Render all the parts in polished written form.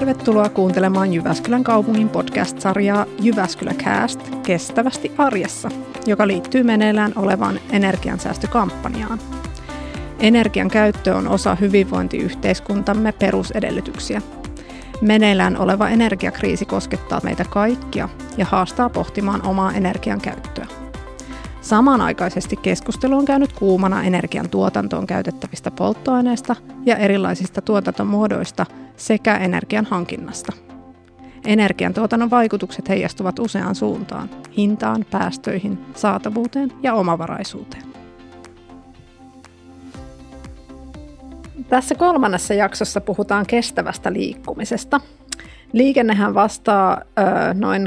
Tervetuloa kuuntelemaan Jyväskylän kaupungin podcast-sarjaa Jyväskylä Cast kestävästi arjessa, joka liittyy meneillään olevaan energiansäästökampanjaan. Energian käyttö on osa hyvinvointiyhteiskuntamme perusedellytyksiä. Meneillään oleva energiakriisi koskettaa meitä kaikkia ja haastaa pohtimaan omaa energian käyttöä. Samanaikaisesti keskustelu on käynyt kuumana energian tuotantoon käytettävistä polttoaineista ja erilaisista tuotantomuodoista sekä energian hankinnasta. Energiantuotannon vaikutukset heijastuvat useaan suuntaan: hintaan, päästöihin, saatavuuteen ja omavaraisuuteen. Tässä 3. jaksossa puhutaan kestävästä liikkumisesta. Liikennehän vastaa noin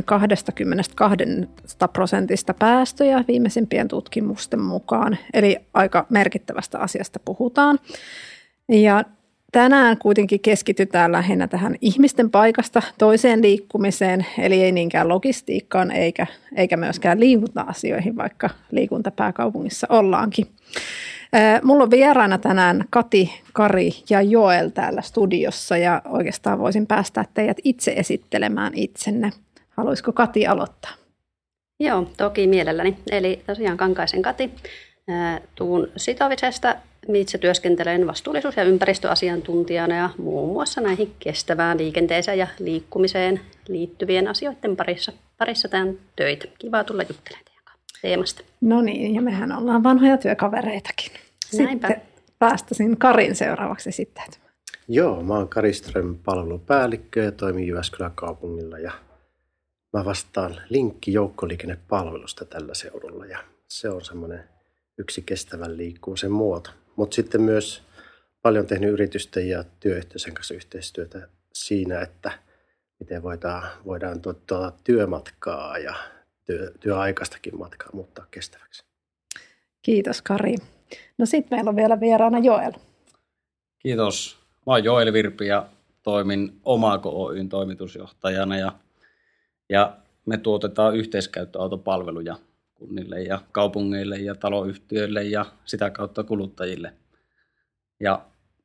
22% päästöjä viimeisimpien tutkimusten mukaan, eli aika merkittävästä asiasta puhutaan. Ja tänään kuitenkin keskitytään lähinnä tähän ihmisten paikasta toiseen liikkumiseen, eli ei niinkään logistiikkaan eikä myöskään liikunta-asioihin, vaikka liikuntapääkaupungissa ollaankin. Mulla on vieraana tänään Kati, Kari ja Joel täällä studiossa ja oikeastaan voisin päästää teidät itse esittelemään itsenne. Haluaisiko Kati aloittaa? Joo, toki mielelläni. Eli tosiaan Kankaisen Kati. Tuun Sitovisesta. Itse työskentelen vastuullisuus- ja ympäristöasiantuntijana ja muun muassa näihin kestävään liikenteeseen ja liikkumiseen liittyvien asioiden parissa tämän töitä. Kiva tulla juttelemaan teemasta. No niin, ja mehän ollaan vanhoja työkavereitakin. Näinpä. Sitten päästäisin Karin seuraavaksi esittäytymään. Joo, mä oon Kari Ström, palvelupäällikkö ja toimin Jyväskylän kaupungilla. Ja mä vastaan linkki-joukkoliikennepalvelusta tällä seudulla ja se on semmoinen yksi kestävän liikkumisen muoto. Mutta sitten myös paljon tehnyt yritysten ja työyhteisön kanssa yhteistyötä siinä, että miten voidaan työmatkaa ja työaikaistakin matkaa muuttaa kestäväksi. Kiitos Kari. No sitten meillä on vielä vieraana Joel. Kiitos. Mä oon Joel Virpi ja toimin Omako Oyn toimitusjohtajana ja me tuotetaan yhteiskäyttöautopalveluja kunnille ja kaupungeille ja taloyhtiöille ja sitä kautta kuluttajille. Ja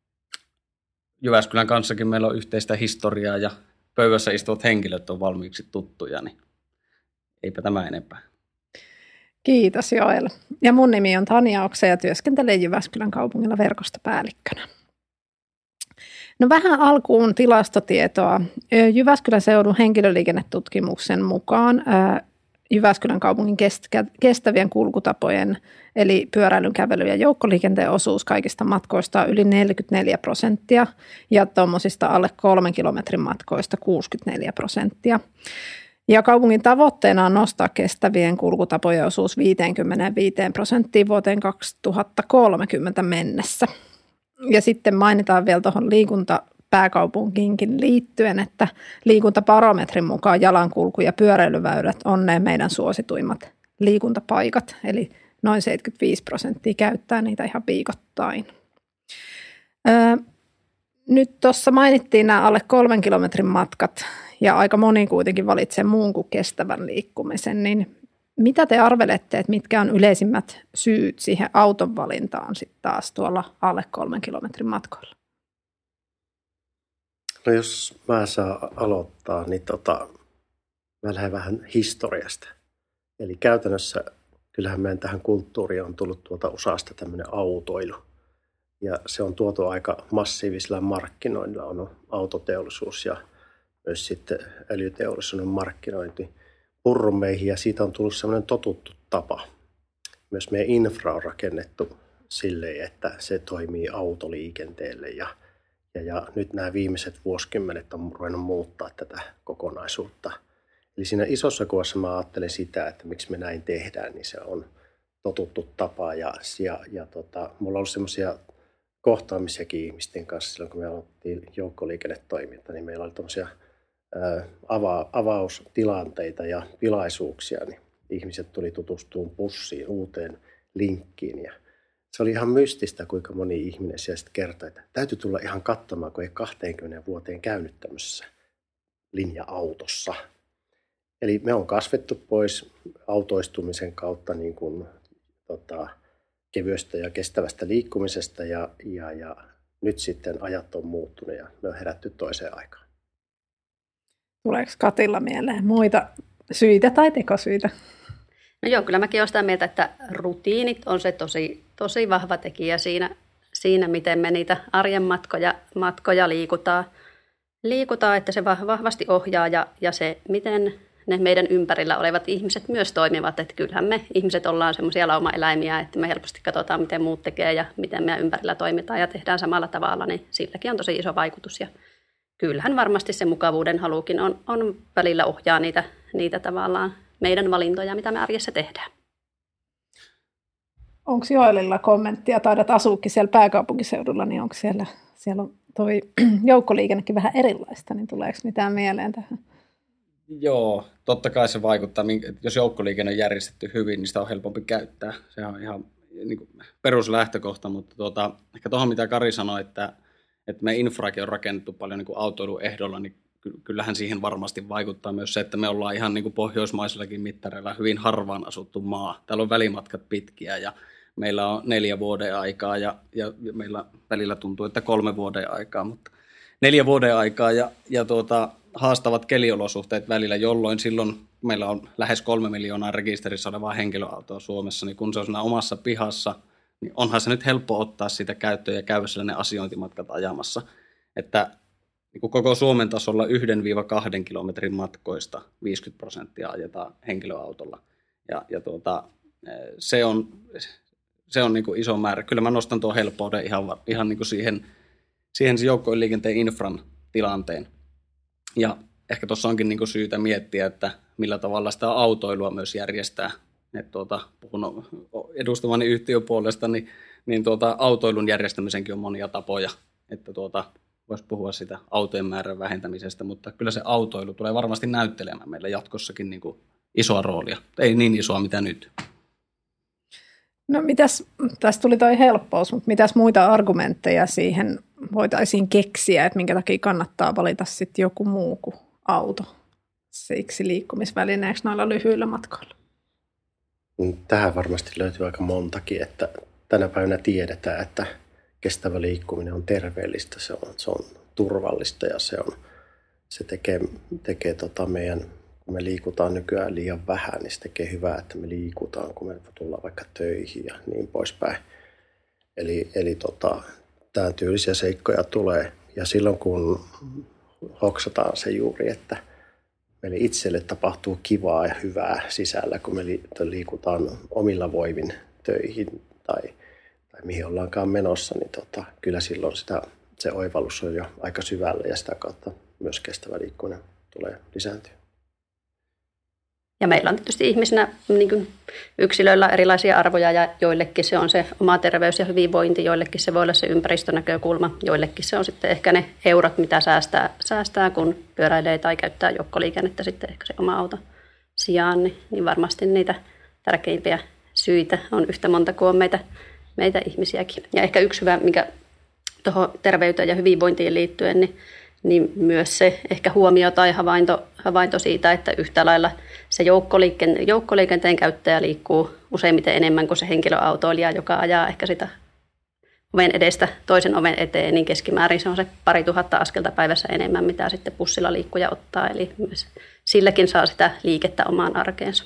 Jyväskylän kanssakin meillä on yhteistä historiaa ja pöydässä istuvat henkilöt on valmiiksi tuttuja, niin eipä tämä enempää. Kiitos Joel. Ja mun nimi on Tanja Oksa ja työskentelen Jyväskylän kaupungilla verkostopäällikkönä. No vähän alkuun tilastotietoa. Jyväskylän seudun henkilöliikennetutkimuksen mukaan Jyväskylän kaupungin kestävien kulkutapojen eli pyöräilyn, kävelyn ja joukkoliikenteen osuus kaikista matkoista on yli 44% ja tuommoisista alle 3 kilometrin matkoista 64%. Ja kaupungin tavoitteena on nostaa kestävien kulkutapojen osuus 55% vuoteen 2030 mennessä. Ja sitten mainitaan vielä tuohon liikuntapääkaupunkiinkin liittyen, että liikuntabarometrin mukaan jalankulku- ja pyöräilyväylät on ne meidän suosituimmat liikuntapaikat, eli noin 75% käyttää niitä ihan viikoittain. Nyt tuossa mainittiin nämä alle 3 kilometrin matkat ja aika moni kuitenkin valitsee muun kuin kestävän liikkumisen, niin mitä te arvelette, että mitkä on yleisimmät syyt siihen auton valintaan sitten taas tuolla alle 3 kilometrin matkoilla? No jos mä saan aloittaa, niin mä lähden vähän historiasta. Eli käytännössä kyllähän meidän tähän kulttuuriin on tullut USAsta tämmöinen autoilu. Ja se on tuotu aika massiivisilla markkinoinnilla, on autoteollisuus ja myös sitten öljyteollisuuden markkinointi purru meihin ja siitä on tullut semmoinen totuttu tapa. Myös meidän infra on rakennettu silleen, että se toimii autoliikenteelle ja nyt nämä viimeiset vuosikymmenet on ruvennut muuttaa tätä kokonaisuutta. Eli siinä isossa kuvassa mä ajattelen sitä, että miksi me näin tehdään, niin se on totuttu tapa ja mulla on ollut semmoisia kohtaamisiakin ihmisten kanssa silloin, kun me aloittiin joukkoliikennetoiminta, niin meillä oli tämmöisiä avaustilanteita ja tilaisuuksia, niin ihmiset tuli tutustumaan bussiin, uuteen linkkiin ja se oli ihan mystistä, kuinka moni ihminen siellä sitten kertoi, että täytyy tulla ihan katsomaan, kun ei 20 vuoteen käynyt tämmöisessä linja-autossa. Eli me on kasvettu pois autoistumisen kautta niin kuin, kevyestä ja kestävästä liikkumisesta ja nyt sitten ajat on muuttunut ja me on herätty toiseen aikaan. Tuleeko Katilla mieleen muita syitä tai tekosyitä? No joo, kyllä mäkin olen sitä mieltä, että rutiinit on se tosi vahva tekijä siinä, miten me niitä arjen matkoja liikutaan, että se vahvasti ohjaa ja se, miten ne meidän ympärillä olevat ihmiset myös toimivat. Että kyllähän me ihmiset ollaan semmoisia laumaeläimiä, että me helposti katsotaan, miten muut tekee ja miten meidän ympärillä toimitaan ja tehdään samalla tavalla, niin silläkin on tosi iso vaikutus. Ja kyllähän varmasti se mukavuuden halukin on välillä ohjaa niitä tavallaan meidän valintoja, mitä me arjessa tehdään. Onko Joelilla kommenttia? Taidat asuukin siellä pääkaupunkiseudulla, niin onko siellä on toi joukkoliikennekin vähän erilaista, niin tuleeko mitään mieleen tähän? Joo, totta kai se vaikuttaa. Jos joukkoliikenne on järjestetty hyvin, niin sitä on helpompi käyttää. Se on ihan niin kuin peruslähtökohta, mutta ehkä tuohon mitä Kari sanoi, että me infrakin on rakennettu paljon niin kuin autoilun ehdolla, niin kyllähän siihen varmasti vaikuttaa myös se, että me ollaan ihan niin kuin pohjoismaisillakin mittareilla hyvin harvaan asuttu maa. Täällä on välimatkat pitkiä ja meillä on 4 vuoden aikaa ja meillä välillä tuntuu, että 3 vuoden aikaa, mutta 4 vuoden aikaa ja haastavat keliolosuhteet välillä, jolloin silloin meillä on lähes 3 miljoonaa rekisterissä olevaa henkilöautoa Suomessa, niin kun se on siinä omassa pihassa, niin onhan se nyt helppo ottaa sitä käyttöön ja käydä siellä ne asiointimatkat ajamassa. Että niin kuin koko Suomen tasolla 1-2 kilometrin matkoista 50% ajetaan henkilöautolla. Ja se on niin kuin iso määrä. Kyllä mä nostan tuon helppouden ihan niin kuin siihen joukkoliikenteen infran tilanteen. Ja ehkä tuossa onkin niin kuin syytä miettiä, että millä tavalla sitä autoilua myös järjestää. Puhun edustamani yhtiön puolesta, niin autoilun järjestämisenkin on monia tapoja, että voisi puhua sitä autojen määrän vähentämisestä, mutta kyllä se autoilu tulee varmasti näyttelemään meille jatkossakin niin kuin isoa roolia. Ei niin isoa mitä nyt. No tässä tuli toi helppous, mutta mitäs muita argumentteja siihen voitaisiin keksiä, että minkä takia kannattaa valita sitten joku muu kuin auto siksi liikkumisvälineeksi noilla lyhyillä matkoilla? Tähän varmasti löytyy aika montakin, että tänä päivänä tiedetään, että kestävä liikkuminen on terveellistä, se on turvallista ja se tekee meidän, kun me liikutaan nykyään liian vähän, niin se tekee hyvää, että me liikutaan, kun me tullaan vaikka töihin ja niin poispäin. Eli tämän tyylisiä seikkoja tulee ja silloin kun hoksataan se juuri, että meille itselle tapahtuu kivaa ja hyvää sisällä, kun me liikutaan omilla voimin töihin tai mihin ollaankaan menossa, niin kyllä silloin se oivallus on jo aika syvällä ja sitä kautta myös kestävä liikkuminen tulee lisääntyä. Ja meillä on tietysti ihmisinä niin kuin yksilöillä erilaisia arvoja ja joillekin se on se oma terveys ja hyvinvointi, joillekin se voi olla se ympäristönäkökulma, joillekin se on sitten ehkä ne eurot, mitä säästää kun pyöräilee tai käyttää joukkoliikennettä sitten ehkä se oma auto sijaan, niin varmasti niitä tärkeimpiä syitä on yhtä monta kuin on meitä ihmisiäkin. Ja ehkä yksi hyvä, mikä tuohon terveyteen ja hyvinvointiin liittyen, niin myös se ehkä huomio tai havainto siitä, että yhtä lailla se joukkoliikenteen käyttäjä liikkuu useimmiten enemmän kuin se henkilöautoilija, joka ajaa ehkä sitä oven edestä toisen oven eteen, niin keskimäärin se on se 2000 askelta päivässä enemmän, mitä sitten bussilla liikkuja ottaa. Eli myös silläkin saa sitä liikettä omaan arkeensa.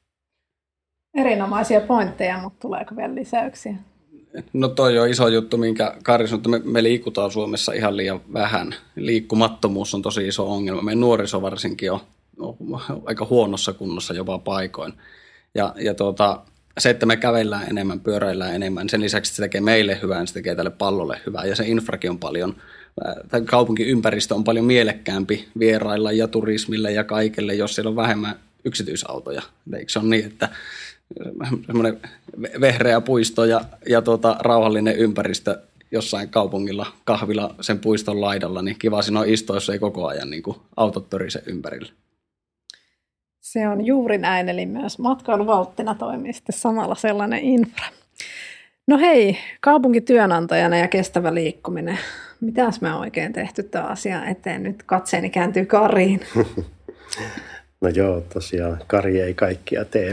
Erinomaisia pointteja, mutta tuleeko vielä lisäyksiä? No toi on iso juttu, minkä Kari sanoi, että me liikutaan Suomessa ihan liian vähän. Liikkumattomuus on tosi iso ongelma. Meidän nuoriso varsinkin on aika huonossa kunnossa jopa paikoin. Ja se, että me kävellään enemmän, pyöräillään enemmän, sen lisäksi se tekee meille hyvää, niin se tekee tälle pallolle hyvää. Ja se infrakin on paljon, kaupunkiympäristö on paljon mielekkäämpi vierailla ja turismille ja kaikille, jos siellä on vähemmän yksityisautoja. Eikö se ole niin, että semmoinen vehreä puisto ja rauhallinen ympäristö jossain kaupungilla kahvila sen puiston laidalla, niin kiva siinä on istua, jos ei koko ajan niin kuin autot törise ympärillä. Se on juuri näin, eli myös matkailuvalttina toimii sitten samalla sellainen infra. No hei, kaupunkityönantajana ja kestävä liikkuminen. Mitäs me on oikein tehty tämän asian eteen? Nyt katseeni kääntyy Kariin. No joo, tosiaan Kari ei kaikkia tee,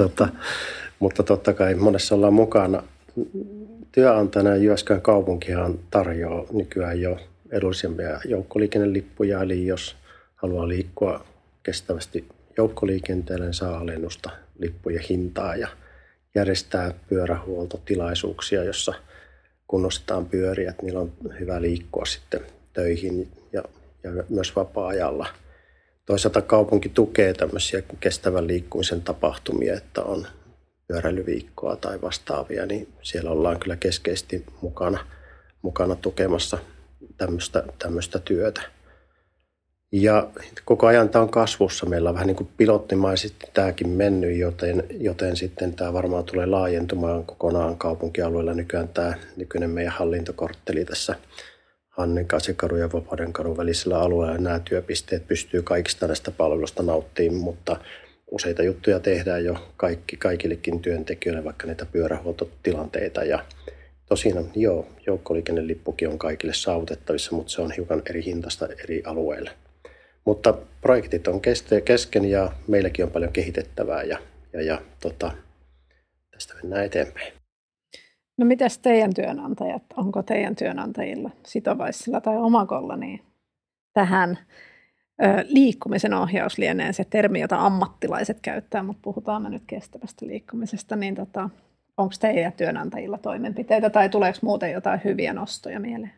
mutta totta kai monessa ollaan mukana. Työnantajana Jyväskylän kaupunkihan tarjoaa nykyään jo edullisempia joukkoliikennelippuja, eli jos haluaa liikkua kestävästi joukkoliikenteellä, niin saa alennusta lippujen hintaa ja järjestää pyörähuoltotilaisuuksia, jossa kunnostetaan pyöriä, että niillä on hyvä liikkua sitten töihin ja myös vapaa-ajalla. Toisaalta kaupunki tukee tämmöisiä kestävän liikkumisen tapahtumia, että on pyöräilyviikkoa tai vastaavia, niin siellä ollaan kyllä keskeisesti mukana tukemassa tämmöistä työtä. Ja koko ajan tämä on kasvussa. Meillä on vähän niin kuin pilottimaisesti tämäkin mennyt, joten sitten tämä varmaan tulee laajentumaan kokonaan kaupunkialueella. Nykyään tämä nykyinen meidän hallintokortteli tässä Hannenkassikadun ja Vapaudenkadun välisellä alueella. Nämä työpisteet pystyy kaikista näistä palveluista nauttimaan, mutta useita juttuja tehdään jo kaikillekin työntekijöille, vaikka näitä pyörähuoltotilanteita. Ja tosiaan joukkoliikennelippukin on kaikille saavutettavissa, mutta se on hiukan eri hintaista eri alueille. Mutta projektit on kesken ja meilläkin on paljon kehitettävää ja tästä mennään eteenpäin. No mitäs teidän työnantajat? Onko teidän työnantajilla Sitovaisilla tai Omakolla niin tähän liikkumisen ohjaus lienee se termi, jota ammattilaiset käyttää, mutta puhutaan me nyt kestävästä liikkumisesta, niin onko teidän työnantajilla toimenpiteitä tai tuleeko muuten jotain hyviä nostoja mieleen?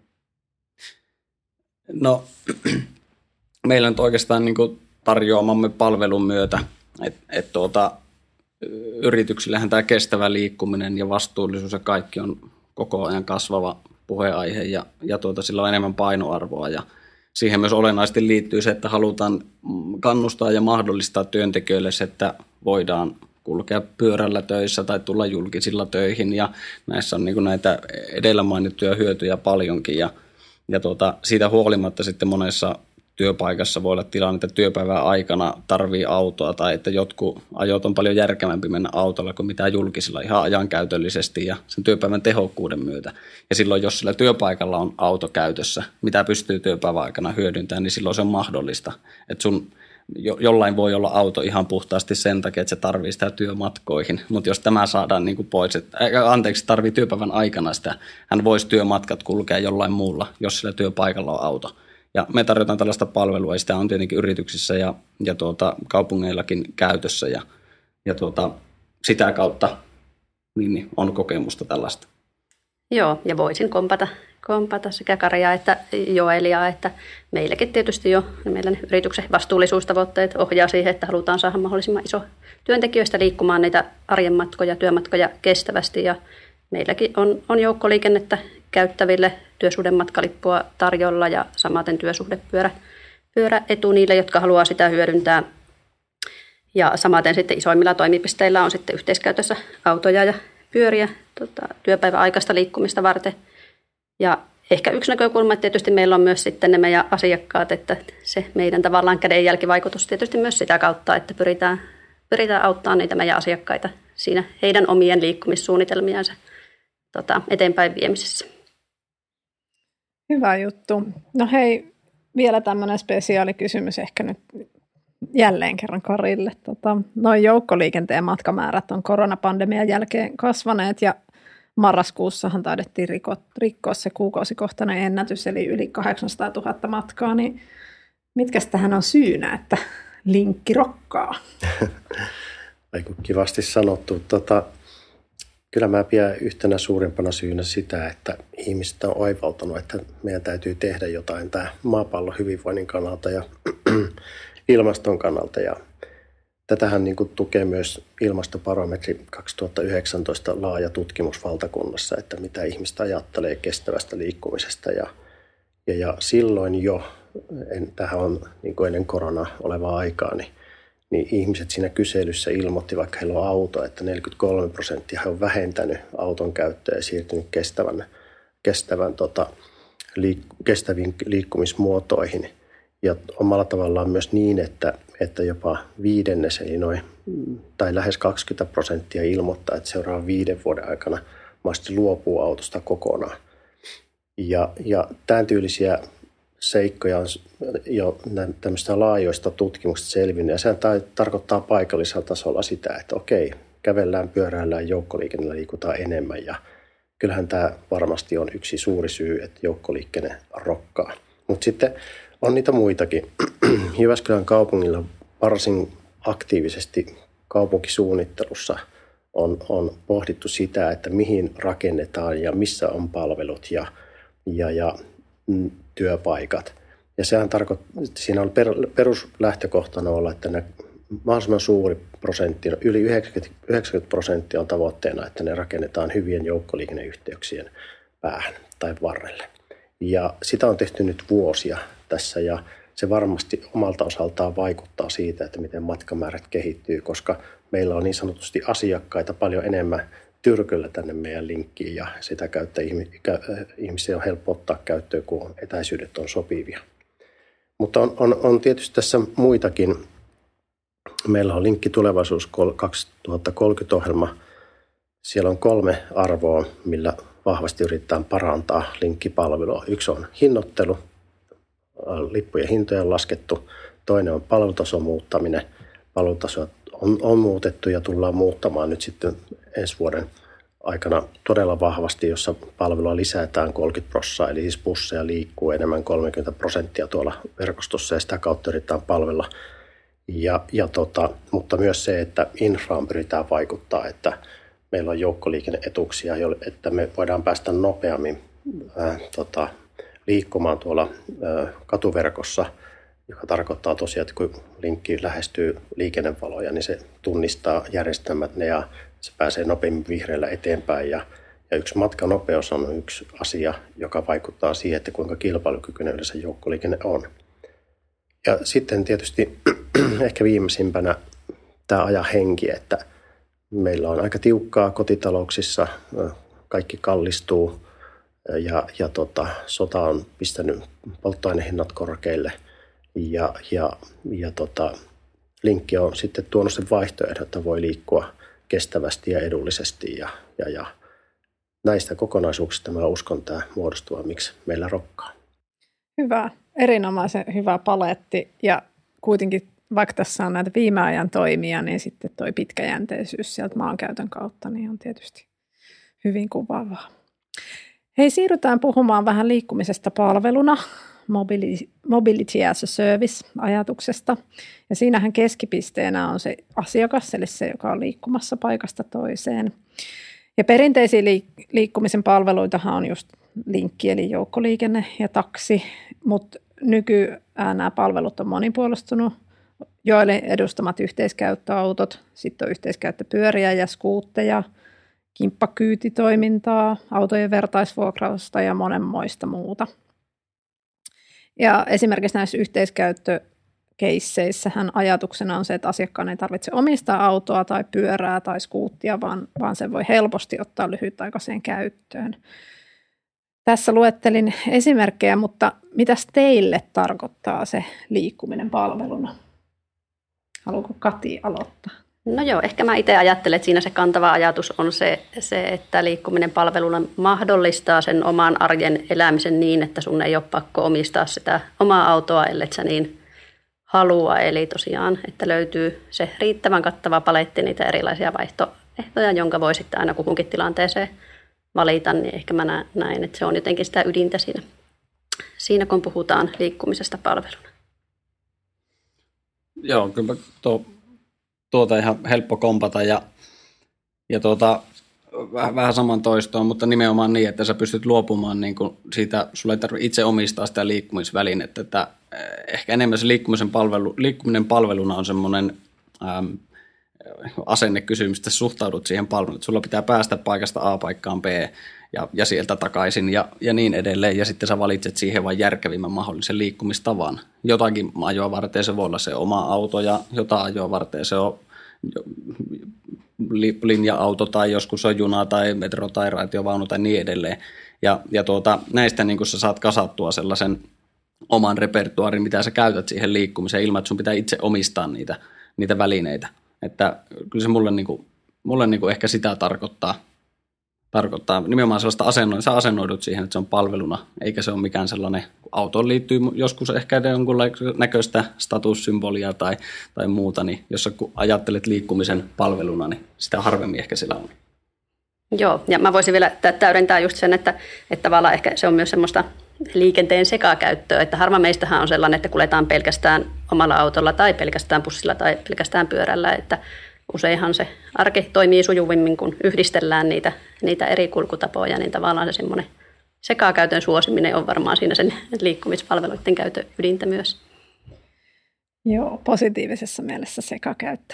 No meillä nyt oikeastaan niin kuin tarjoamamme palvelun myötä, että yrityksillähän tämä kestävä liikkuminen ja vastuullisuus ja kaikki on koko ajan kasvava puheenaihe ja sillä on enemmän painoarvoa ja siihen myös olennaisesti liittyy se, että halutaan kannustaa ja mahdollistaa työntekijöille se, että voidaan kulkea pyörällä töissä tai tulla julkisilla töihin ja näissä on niin kuin näitä edellä mainittuja hyötyjä paljonkin ja siitä huolimatta sitten monessa työpaikassa voi olla tilanne, että työpäivän aikana tarvii autoa tai että jotkut ajot on paljon järkevämpi mennä autolla kuin mitään julkisilla ihan ajankäytöllisesti ja sen työpäivän tehokkuuden myötä. Ja silloin, jos sillä työpaikalla on auto käytössä, mitä pystyy työpäivän aikana hyödyntämään, niin silloin se on mahdollista. Että jollain voi olla auto ihan puhtaasti sen takia, että se tarvii sitä työmatkoihin, mutta jos tämä saadaan niin kuin pois, tarvii työpäivän aikana sitä, hän voisi työmatkat kulkea jollain muulla, jos sillä työpaikalla on auto. Ja me tarjotaan tällaista palvelua, ja sitä on tietenkin yrityksissä ja kaupungeillakin käytössä, ja sitä kautta niin on kokemusta tällaista. Joo, ja voisin kompata sekä Karia että Joelia, että meilläkin tietysti jo meidän yrityksen vastuullisuustavoitteet ohjaa siihen, että halutaan saada mahdollisimman iso työntekijöistä liikkumaan niitä arjen matkoja, työmatkoja kestävästi, ja meilläkin on joukkoliikennettä käyttäville työsuhdematkalipua tarjolla ja samaten työsuhdepyöräetu niille, jotka haluaa sitä hyödyntää. Ja samaten sitten isoimmilla toimipisteillä on sitten yhteiskäytössä autoja ja pyöriä työpäivän aikaista liikkumista varten. Ja ehkä yksi näkökulma, että tietysti meillä on myös sitten ne meidän asiakkaat, että se meidän tavallaan kädenjälkivaikutus tietysti myös sitä kautta, että pyritään auttamaan niitä meidän asiakkaita siinä heidän omien liikkumissuunnitelmiansa eteenpäin viemisessä. Hyvä juttu. No hei, vielä tämmöinen spesiaalikysymys ehkä nyt jälleen kerran Karille. Noin joukkoliikenteen matkamäärät on koronapandemian jälkeen kasvaneet ja marraskuussahan taidettiin rikkoa se kuukausikohtainen ennätys, eli yli 800 000 matkaa. Niin mitkäs tähän on syynä, että linkki rokkaa? Aiku kivasti sanottu. Kyllä mä pidän yhtenä suurimpana syynä sitä, että ihmiset on oivaltanut, että meidän täytyy tehdä jotain tämä maapallon hyvinvoinnin kannalta ja ilmaston kannalta. Ja tätähän niin kuin tukee myös ilmastobarometri 2019 laaja tutkimus valtakunnassa, että mitä ihmistä ajattelee kestävästä liikkumisesta. Ja silloin jo, tähän on niin kuin ennen koronaa olevaa aikaa, niin ihmiset siinä kyselyssä ilmoitti, vaikka heillä on auto, että 43% he on vähentänyt auton käyttöä ja siirtynyt kestäviin liikkumismuotoihin. Ja omalla tavallaan myös niin, että jopa viidennes, eli tai lähes 20% ilmoittaa, että seuraavan 5 vuoden aikana mahdollisesti luopuu autosta kokonaan. Ja tämän tyylisiä seikkoja on jo tämmöistä laajoista tutkimuksista selvinnyt. Ja sehän tarkoittaa paikallisella tasolla sitä, että okei, kävellään, pyöräillään, joukkoliikennellä liikutaan enemmän. Ja kyllähän tämä varmasti on yksi suuri syy, että joukkoliikenne rokkaa. Mutta sitten On niitä muitakin. Jyväskylän kaupungilla varsin aktiivisesti kaupunkisuunnittelussa on pohdittu sitä, että mihin rakennetaan ja missä on palvelut ja työpaikat. Ja sehän siinä on peruslähtökohtana olla, että ne mahdollisimman suuri prosentti, yli 90% on tavoitteena, että ne rakennetaan hyvien joukkoliikenneyhteyksien päähän tai varrelle. Ja sitä on tehty nyt vuosia tässä ja se varmasti omalta osaltaan vaikuttaa siitä, että miten matkamäärät kehittyy, koska meillä on niin sanotusti asiakkaita paljon enemmän tyrkyllä tänne meidän linkkiin ja sitä käyttä ihmisiä on helppo ottaa käyttöön, kun etäisyydet on sopivia. Mutta on tietysti tässä muitakin. Meillä on Linkki Tulevaisuus 2030-ohjelma. Siellä on 3 arvoa, millä vahvasti yritetään parantaa linkkipalvelua. Yksi on hinnoittelu, lippujen hintoja on laskettu. Toinen on palvelutason muuttaminen. Palvelutasoa on muutettu ja tullaan muuttamaan nyt sitten ensi vuoden aikana todella vahvasti, jossa palvelua lisätään 30%, eli siis busseja liikkuu enemmän 30% tuolla verkostossa ja sitä kautta yritetään palvella. Mutta myös se, että infraan pyritään vaikuttaa, että meillä on joukkoliikenneetuksia, että me voidaan päästä nopeammin liikkumaan tuolla katuverkossa, joka tarkoittaa tosiaan, että kun linkki lähestyy liikennevaloja, niin se tunnistaa järjestelmät ne ja se pääsee nopeammin vihreällä eteenpäin. Ja yksi matkanopeus on yksi asia, joka vaikuttaa siihen, että kuinka kilpailukykyinen yleensä joukkoliikenne on. Ja sitten tietysti ehkä viimeisimpänä tämä ajan henki, että meillä on aika tiukkaa kotitalouksissa, kaikki kallistuu ja sota on pistänyt polttoainehinnat korkeille ja linkki on sitten tuonut sen vaihtoehdon, että voi liikkua kestävästi ja edullisesti ja näistä kokonaisuuksista mä uskon tämä muodostua, miksi meillä rokkaa. Hyvä, erinomaisen hyvä paletti ja kuitenkin vaikka tässä on näitä viime ajan toimia, niin sitten toi pitkäjänteisyys sieltä maankäytön kautta niin on tietysti hyvin kuvaavaa. Hei, siirrytään puhumaan vähän liikkumisesta palveluna, Mobility as a Service-ajatuksesta. Ja siinähän keskipisteenä on se asiakas, eli se, joka on liikkumassa paikasta toiseen. Ja perinteisiä liikkumisen palveluitahan on just linkki, eli joukkoliikenne ja taksi, mutta nykyään nämä palvelut on monipuolistunut. Joille edustamat yhteiskäyttöautot, sitten on yhteiskäyttöpyöriä ja skuutteja, kimppakyytitoimintaa, autojen vertaisvuokrausta ja monenmoista muuta. Ja esimerkiksi näissä yhteiskäyttökeisseissähän ajatuksena on se, että asiakkaan ei tarvitse omistaa autoa tai pyörää tai skuuttia, vaan se voi helposti ottaa lyhytaikaiseen käyttöön. Tässä luettelin esimerkkejä, mutta mitäs teille tarkoittaa se liikkuminen palveluna? Haluatko Kati aloittaa? No joo, ehkä mä itse ajattelen, että siinä se kantava ajatus on se, että liikkuminen palveluna mahdollistaa sen oman arjen elämisen niin, että sun ei ole pakko omistaa sitä omaa autoa, ellei sä niin halua. Eli tosiaan, että löytyy se riittävän kattava paletti niitä erilaisia vaihtoehtoja, jonka voi sitten aina kuhunkin tilanteeseen valita, niin ehkä mä näen, että se on jotenkin sitä ydintä siinä kun puhutaan liikkumisesta palveluna. Joo, kyllä tuota ihan helppo kompata ja vähän saman toistoon, mutta nimenomaan niin, että sä pystyt luopumaan niin kuin siitä, sulla ei tarvitse itse omistaa sitä liikkumisvälinettä, että ehkä enemmän se liikkuminen palveluna on semmoinen asennekysymys, että suhtaudut siihen palveluun, että sulla pitää päästä paikasta A paikkaan B ja sieltä takaisin ja niin edelleen, ja sitten sä valitset siihen vain järkevimmän mahdollisen liikkumistavan. Jotakin ajoa varten se voi olla se oma auto ja jotain ajoa varten se on linja-auto tai joskus on juna tai metro tai raitiovaunu tai niin edelleen. Ja näistä niin kun sä saat kasattua sellaisen oman repertuaarin, mitä sä käytät siihen liikkumiseen ilman, että sun pitää itse omistaa niitä välineitä. Että kyllä se mulle ehkä sitä tarkoittaa nimenomaan sellaista sä asennoidut siihen, että se on palveluna, eikä se ole mikään sellainen, autoon liittyy joskus ehkä jonkunnäköistä statussymbolia tai muuta, niin jos kun ajattelet liikkumisen palveluna, niin sitä harvemmin ehkä sillä on. Joo, ja mä voisin vielä täydentää just sen, että tavallaan ehkä se on myös semmoista liikenteen sekakäyttöä. Että harva meistähän on sellainen, että kuljetaan pelkästään omalla autolla tai pelkästään bussilla tai pelkästään pyörällä. Että useinhan se arki toimii sujuvimmin, kun yhdistellään niitä eri kulkutapoja, niin tavallaan se semmoinen sekakäytön suosiminen on varmaan siinä sen liikkumispalveluiden käytön ydintä myös. Joo, positiivisessa mielessä sekakäyttö.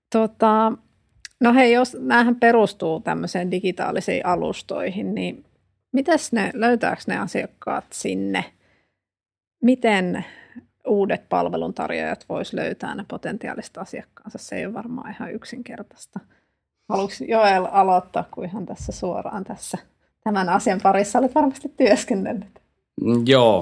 No hei, jos näähän perustuu tämmöiseen digitaalisiin alustoihin, niin löytääkö ne asiakkaat sinne? Miten uudet palveluntarjoajat vois löytää ne potentiaaliset asiakkaansa? Se ei ole varmaan ihan yksinkertaista. Haluatko Joel aloittaa, kun ihan tässä suoraan tämän asian parissa olet varmasti työskennellyt? Joo.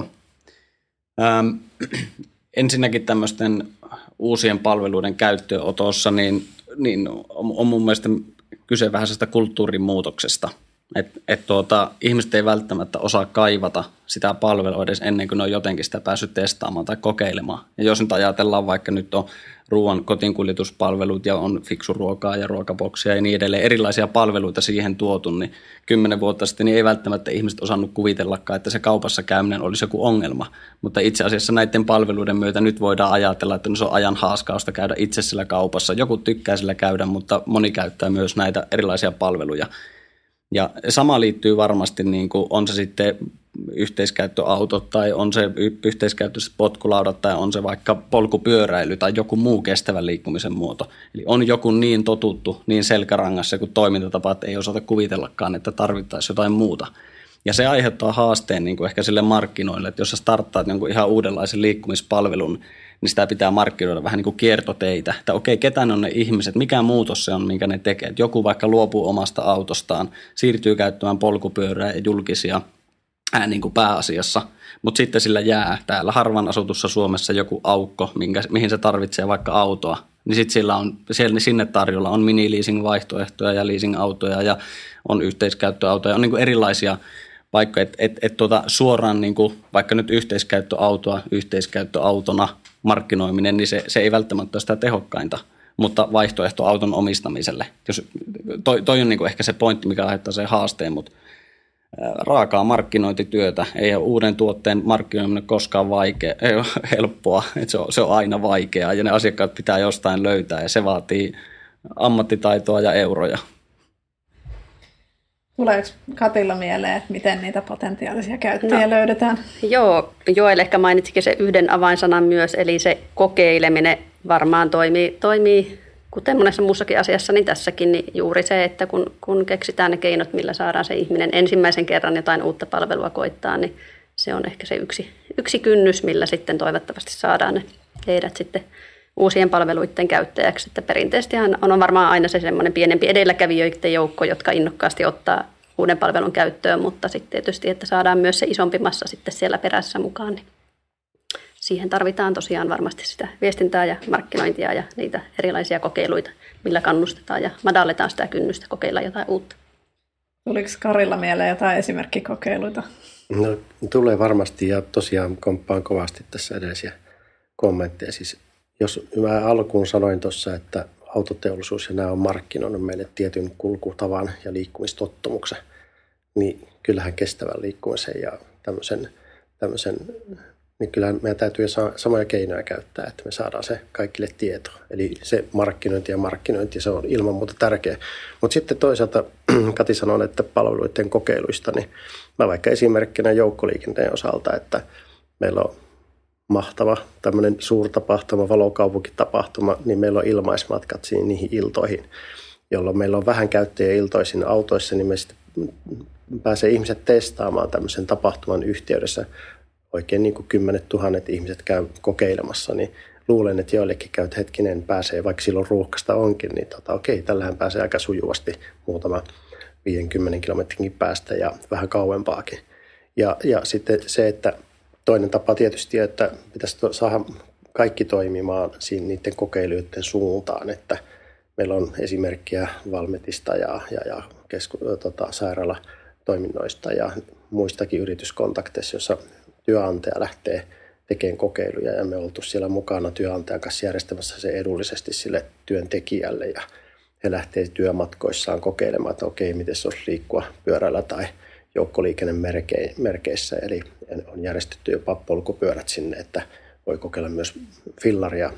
Ensinnäkin tämmöisten uusien palveluiden käyttöönotossa niin on mun mielestä kyse vähän sitä kulttuurin muutoksesta. Ihmiset ei välttämättä osaa kaivata sitä palvelua edes ennen kuin ne on jotenkin sitä päässyt testaamaan tai kokeilemaan. Ja jos nyt ajatellaan, vaikka nyt on ruoan kotiinkuljetuspalvelut ja on fiksuruokaa ja ruokaboksia ja niin edelleen, erilaisia palveluita siihen tuotu, niin 10 vuotta sitten niin ei välttämättä ihmiset osannut kuvitellakaan, että se kaupassa käyminen olisi joku ongelma. Mutta itse asiassa näiden palveluiden myötä nyt voidaan ajatella, että se on ajan haaskausta käydä itse sillä kaupassa. Joku tykkää sillä käydä, mutta moni käyttää myös näitä erilaisia palveluja. Ja sama liittyy varmasti, niin kuin on se sitten yhteiskäyttöautot tai on se yhteiskäyttöiset potkulaudat tai on se vaikka polkupyöräily tai joku muu kestävän liikkumisen muoto. Eli on joku niin totuttu, niin selkärangassa kuin toimintatapa, että ei osata kuvitellakaan, että tarvittaisiin jotain muuta. Ja se aiheuttaa haasteen niin kuin ehkä sille markkinoille, että jos sä starttaat jonkun ihan uudenlaisen liikkumispalvelun, niin sitä pitää markkinoida vähän niin kuin kiertoteitä. Että okei, ketä on ne ihmiset, mikä muutos se on, minkä ne tekee. Että joku vaikka luopuu omasta autostaan, siirtyy käyttämään polkupyörää ja julkisia niin kuin pääasiassa, mutta sitten sillä jää täällä harvan asutussa Suomessa joku aukko, mihin se tarvitsee vaikka autoa. Niin sitten sinne tarjolla on mini-leasing-vaihtoehtoja ja leasing-autoja ja on yhteiskäyttöautoja, on niin kuin erilaisia paikkoja, että suoraan niin kuin, vaikka nyt yhteiskäyttöautona markkinoiminen, niin se ei välttämättä ole sitä tehokkainta, mutta vaihtoehto auton omistamiselle. Toi on niin kuin ehkä se pointti, mikä aiheuttaa sen haasteen, mutta raakaa markkinointityötä, ei ole uuden tuotteen markkinoiminen koskaan helppoa, että se on aina vaikeaa ja ne asiakkaat pitää jostain löytää ja se vaatii ammattitaitoa ja euroja. Tuleeko Katilla mieleen, että miten niitä potentiaalisia käyttäjiä löydetään? Joo, Joel ehkä mainitsikin se yhden avainsanan myös, eli se kokeileminen varmaan toimii kuten monessa muussakin asiassa, niin tässäkin niin juuri se, että kun keksitään ne keinot, millä saadaan se ihminen ensimmäisen kerran jotain uutta palvelua koittaa, niin se on ehkä se yksi kynnys, millä sitten toivottavasti saadaan ne heidät sitten uusien palveluiden käyttäjäksi. Että perinteisesti on varmaan aina se semmoinen pienempi edelläkävijöiden joukko, jotka innokkaasti ottaa uuden palvelun käyttöön, mutta sitten tietysti, että saadaan myös se isompi massa sitten siellä perässä mukaan, niin siihen tarvitaan tosiaan varmasti sitä viestintää ja markkinointia ja niitä erilaisia kokeiluita, millä kannustetaan ja madalletaan sitä kynnystä kokeilla jotain uutta. Tuliko Karilla mieleen jotain esimerkkikokeiluita? No, tulee varmasti ja tosiaan komppaan kovasti tässä edellisiä kommentteja. Siis jos mä alkuun sanoin tuossa, että autoteollisuus ja nämä on markkinoinut meille tietyn kulkutavan ja liikkumistottumuksen, niin kyllähän kestävän liikkumisen ja tämmöisen niin kyllähän meidän täytyy samoja keinoja käyttää, että me saadaan se kaikille tietoa. Eli se markkinointi, se on ilman muuta tärkeä. Mutta sitten toisaalta Kati sanoi, että palveluiden kokeiluista, niin mä vaikka esimerkkinä joukkoliikenteen osalta, että meillä on mahtava tämmöinen suurtapahtuma, valokaupunkitapahtuma, niin meillä on ilmaismatkat niihin iltoihin, jolloin meillä on vähän käyttäjiä iltoisin autoissa, niin me sitten pääsee ihmiset testaamaan tämmöisen tapahtuman yhteydessä. Oikein niin kuin 10 000 ihmiset käy kokeilemassa, niin luulen, että joillekin käy, että hetkinen pääsee, vaikka silloin ruuhkasta onkin, niin okei, tällähän pääsee aika sujuvasti muutama 50 kilometrin päästä ja vähän kauempaakin. Ja sitten se, että toinen tapa tietysti, että pitäisi saada kaikki toimimaan siinä niiden kokeiluiden suuntaan, että meillä on esimerkkiä Valmetista ja sairaalatoiminnoista ja muistakin yrityskontakteissa, jossa työnantaja lähtee tekemään kokeiluja ja me oltu siellä mukana työnantajan kanssa järjestämässä se edullisesti sille työntekijälle ja he lähtee työmatkoissaan kokeilemaan, että okei, miten se olisi liikkua pyörällä tai joukkoliikennemerkeissä, eli on järjestetty jopa polkupyörät sinne, että voi kokeilla myös fillaria.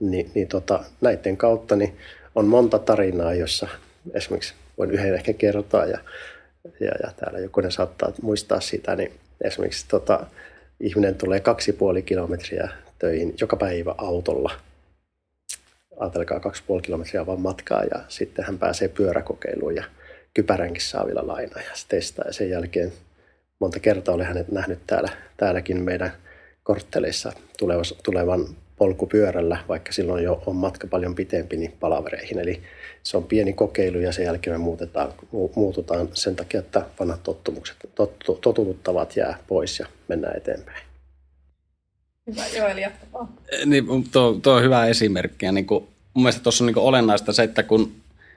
Näiden kautta niin on monta tarinaa, jossa esimerkiksi voin yhden ehkä kertoa, ja täällä jokunen saattaa muistaa sitä, niin esimerkiksi ihminen tulee 2,5 kilometriä töihin joka päivä autolla. Ajatelkaa 2,5 kilometriä vaan matkaa, ja sitten hän pääsee pyöräkokeiluun ja kypäränkin saa vielä lainaa ja se testaa. Ja sen jälkeen monta kertaa olen hänet nähnyt täälläkin meidän kortteleissa tulevan polkupyörällä, vaikka silloin jo on matka paljon pitempi, niin palavereihin. Eli se on pieni kokeilu ja sen jälkeen me muututaan sen takia, että vanhat totututtavat jää pois ja mennään eteenpäin. Hyvä, Joel, jatkapaa. Niin, tuo on hyvä esimerkki. Ja niin kuin, mun mielestä tuossa on niin kuin olennaista se, että kun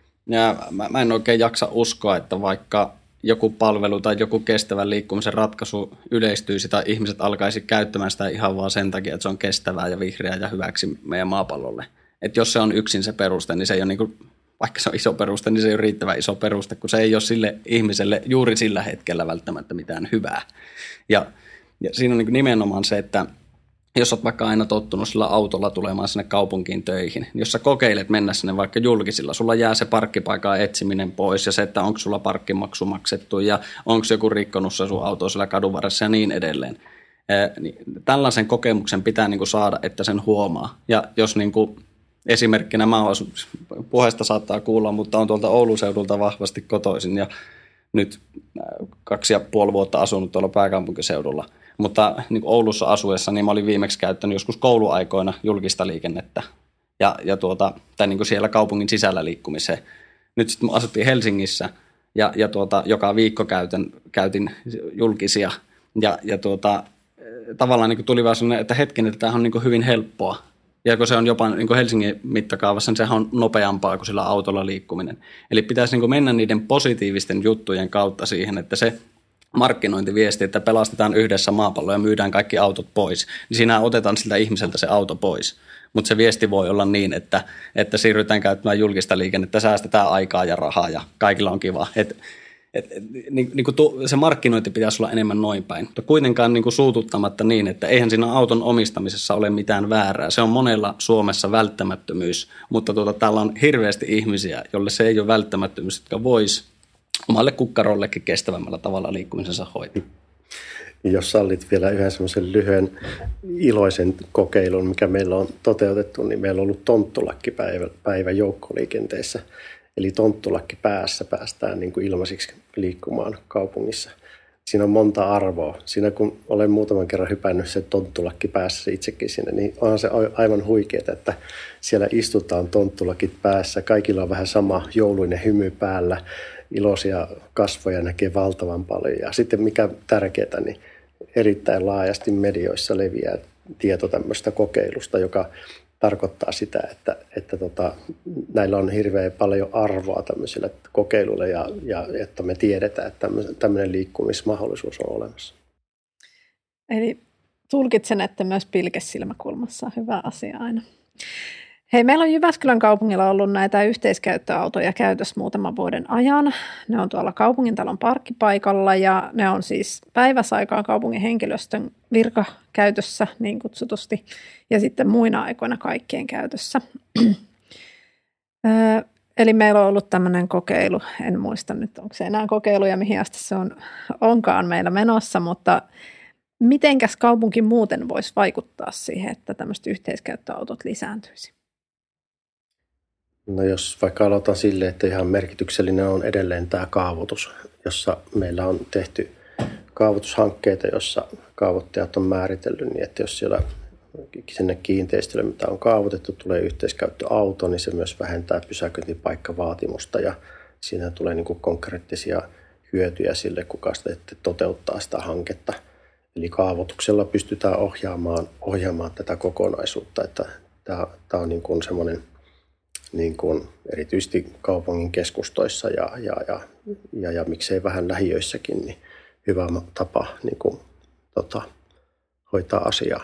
mä en oikein jaksa uskoa, että vaikka joku palvelu tai joku kestävän liikkumisen ratkaisu yleistyisi tai ihmiset alkaisi käyttämään sitä ihan vaan sen takia, että se on kestävää ja vihreää ja hyväksi meidän maapallolle. Että jos se on yksin se peruste, niin se ei ole niin kuin, vaikka se on iso peruste, niin se ei ole riittävän iso peruste, kun se ei ole sille ihmiselle juuri sillä hetkellä välttämättä mitään hyvää. Ja siinä on niin kuin nimenomaan se, että jos olet vaikka aina tottunut sillä autolla tulemaan sinne kaupunkiin töihin, niin jos sä kokeilet mennä sinne vaikka julkisilla, sulla jää se parkkipaikan etsiminen pois ja se, että onko sulla parkkimaksu maksettu ja onko joku rikkonut se sun auto siellä kadun varressa ja niin edelleen. Niin tällaisen kokemuksen pitää niin kuin saada, että sen huomaa. Ja jos niin kuin esimerkkinä mä oon, puheesta saattaa kuulla, mutta on tuolta Oulun seudulta vahvasti kotoisin ja nyt 2,5 vuotta asunut tuolla pääkaupunkiseudulla. Mutta niin Oulussa asuessa niin mä olin viimeksi käyttänyt joskus kouluaikoina julkista liikennettä tai niin kuin siellä kaupungin sisällä liikkumiseen. Nyt sitten asuttiin Helsingissä ja joka viikko käytin julkisia ja tavallaan niin kuin tuli vaan sellainen, että hetkinen, että tämä on niin kuin hyvin helppoa. Ja kun se on jopa niin kuin Helsingin mittakaavassa, niin sehän on nopeampaa kuin sillä autolla liikkuminen. Eli pitäisi niin kuin mennä niiden positiivisten juttujen kautta siihen, että se markkinointiviesti, että pelastetaan yhdessä maapallo ja myydään kaikki autot pois, niin siinä otetaan siltä ihmiseltä se auto pois. Mutta se viesti voi olla niin, että siirrytään käyttämään julkista liikennettä, säästetään aikaa ja rahaa ja kaikilla on kiva. Se markkinointi pitäisi olla enemmän noin päin, mutta kuitenkaan niin kuin suututtamatta niin, että eihän siinä auton omistamisessa ole mitään väärää. Se on monella Suomessa välttämättömyys, mutta täällä on hirveästi ihmisiä, joille se ei ole välttämättömyys, jotka vois omalle kukkarollekin kestävämmällä tavalla liikkumisensa hoitaa. Jos sallit vielä yhden semmoisen lyhyen iloisen kokeilun, mikä meillä on toteutettu, niin meillä on ollut tonttulakkipäivä joukkoliikenteessä. Eli tonttulakki päässä päästään niin kuin ilmaisiksi liikkumaan kaupungissa. Siinä on monta arvoa. Siinä kun olen muutaman kerran hypännyt se tonttulakki päässä itsekin sinne, niin onhan se aivan huikeaa, että siellä istutaan tonttulakit päässä. Kaikilla on vähän sama jouluinen hymy päällä. Iloisia kasvoja näkee valtavan paljon. Ja sitten mikä tärkeää, niin erittäin laajasti medioissa leviää tieto tämmöistä kokeilusta, joka tarkoittaa sitä, että näillä on hirveän paljon arvoa tämmöisille kokeiluille ja että me tiedetään, että tämmöinen liikkumismahdollisuus on olemassa. Eli tulkitsen, että myös pilkesilmäkulmassa on hyvä asia aina. Hei, meillä on Jyväskylän kaupungilla ollut näitä yhteiskäyttöautoja käytössä muutaman vuoden ajan. Ne on tuolla kaupungintalon parkkipaikalla ja ne on siis päiväsaikaan kaupungin henkilöstön virkakäytössä niin kutsutusti ja sitten muina aikoina kaikkien käytössä. Eli meillä on ollut tämmöinen kokeilu, en muista nyt onko se enää kokeilu ja mihin asti se onkaan meillä menossa, mutta mitenkäs kaupunki muuten voisi vaikuttaa siihen, että tämmöiset yhteiskäyttöautot lisääntyisi? No jos vaikka aloitan sille, että ihan merkityksellinen on edelleen tämä kaavoitus, jossa meillä on tehty kaavoitushankkeita, jossa kaavoittajat on määritellyt niin, että jos siellä sinne kiinteistölle, mitä on kaavoitettu, tulee yhteiskäyttöauto, niin se myös vähentää pysäköintipaikkavaatimusta ja siinä tulee niin kuin konkreettisia hyötyjä sille, kuka sitten toteuttaa sitä hanketta. Eli kaavoituksella pystytään ohjaamaan tätä kokonaisuutta, että tämä on niin kuin semmoinen niin kuin erityisesti kaupungin keskustoissa ja miksei vähän lähiöissäkin, niin hyvä tapa niin kuin, hoitaa asiaa.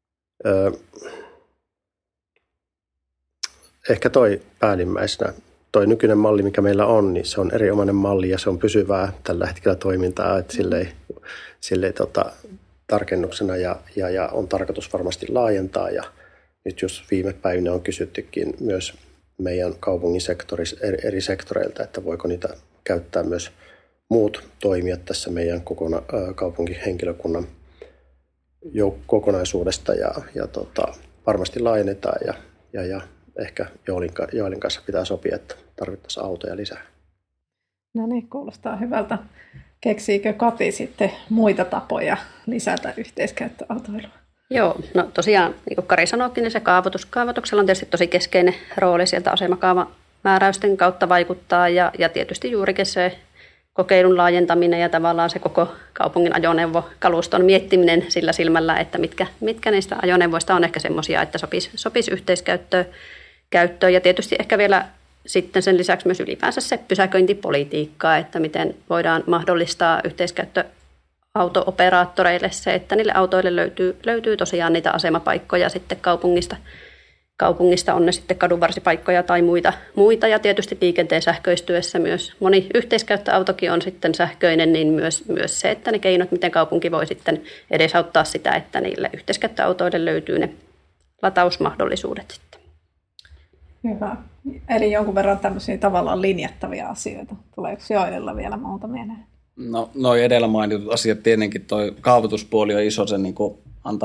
Ehkä toi päällimmäisenä toi nykyinen malli, mikä meillä on, niin se on erinomainen malli ja se on pysyvää tällä hetkellä toimintaa, että silleen tarkennuksena ja on tarkoitus varmasti laajentaa. Ja nyt jos viime päivinä on kysyttykin myös meidän kaupungin eri sektoreilta, että voiko niitä käyttää myös muut toimijat tässä meidän kaupunkihenkilökunnan kokonaisuudesta ja varmasti laajennetaan ja ehkä Joelin kanssa pitää sopia, että tarvittaisiin autoja lisää. No niin, kuulostaa hyvältä. Keksiikö Kati sitten muita tapoja lisätä yhteiskäyttöautoilua? Joo, no tosiaan, niin kuin Kari sanoikin, niin se kaavoituksella on tietysti tosi keskeinen rooli sieltä asemakaavamääräysten kautta vaikuttaa ja tietysti juurikin se kokeilun laajentaminen ja tavallaan se koko kaupungin ajoneuvokaluston miettiminen sillä silmällä, että mitkä niistä ajoneuvoista on ehkä semmoisia, että sopisi yhteiskäyttöön. Ja tietysti ehkä vielä sitten sen lisäksi myös ylipäänsä se pysäköintipolitiikka, että miten voidaan mahdollistaa yhteiskäyttöauto-operaattoreille se, että niille autoille löytyy tosiaan niitä asemapaikkoja sitten kaupungista, on ne sitten kadunvarsipaikkoja tai muita. Ja tietysti liikenteen sähköistyessä myös moni yhteiskäyttöautokin on sitten sähköinen, niin myös se, että ne keinot, miten kaupunki voi sitten edesauttaa sitä, että niille yhteiskäyttöautoille löytyy ne latausmahdollisuudet sitten. Hyvä. Eli jonkun verran tämmöisiä tavallaan linjattavia asioita. Tuleeko Joelilla vielä muuta mieleen? No, noi edellä mainitut asiat, tietenkin toi kaavoituspuoli on iso, se niin kuin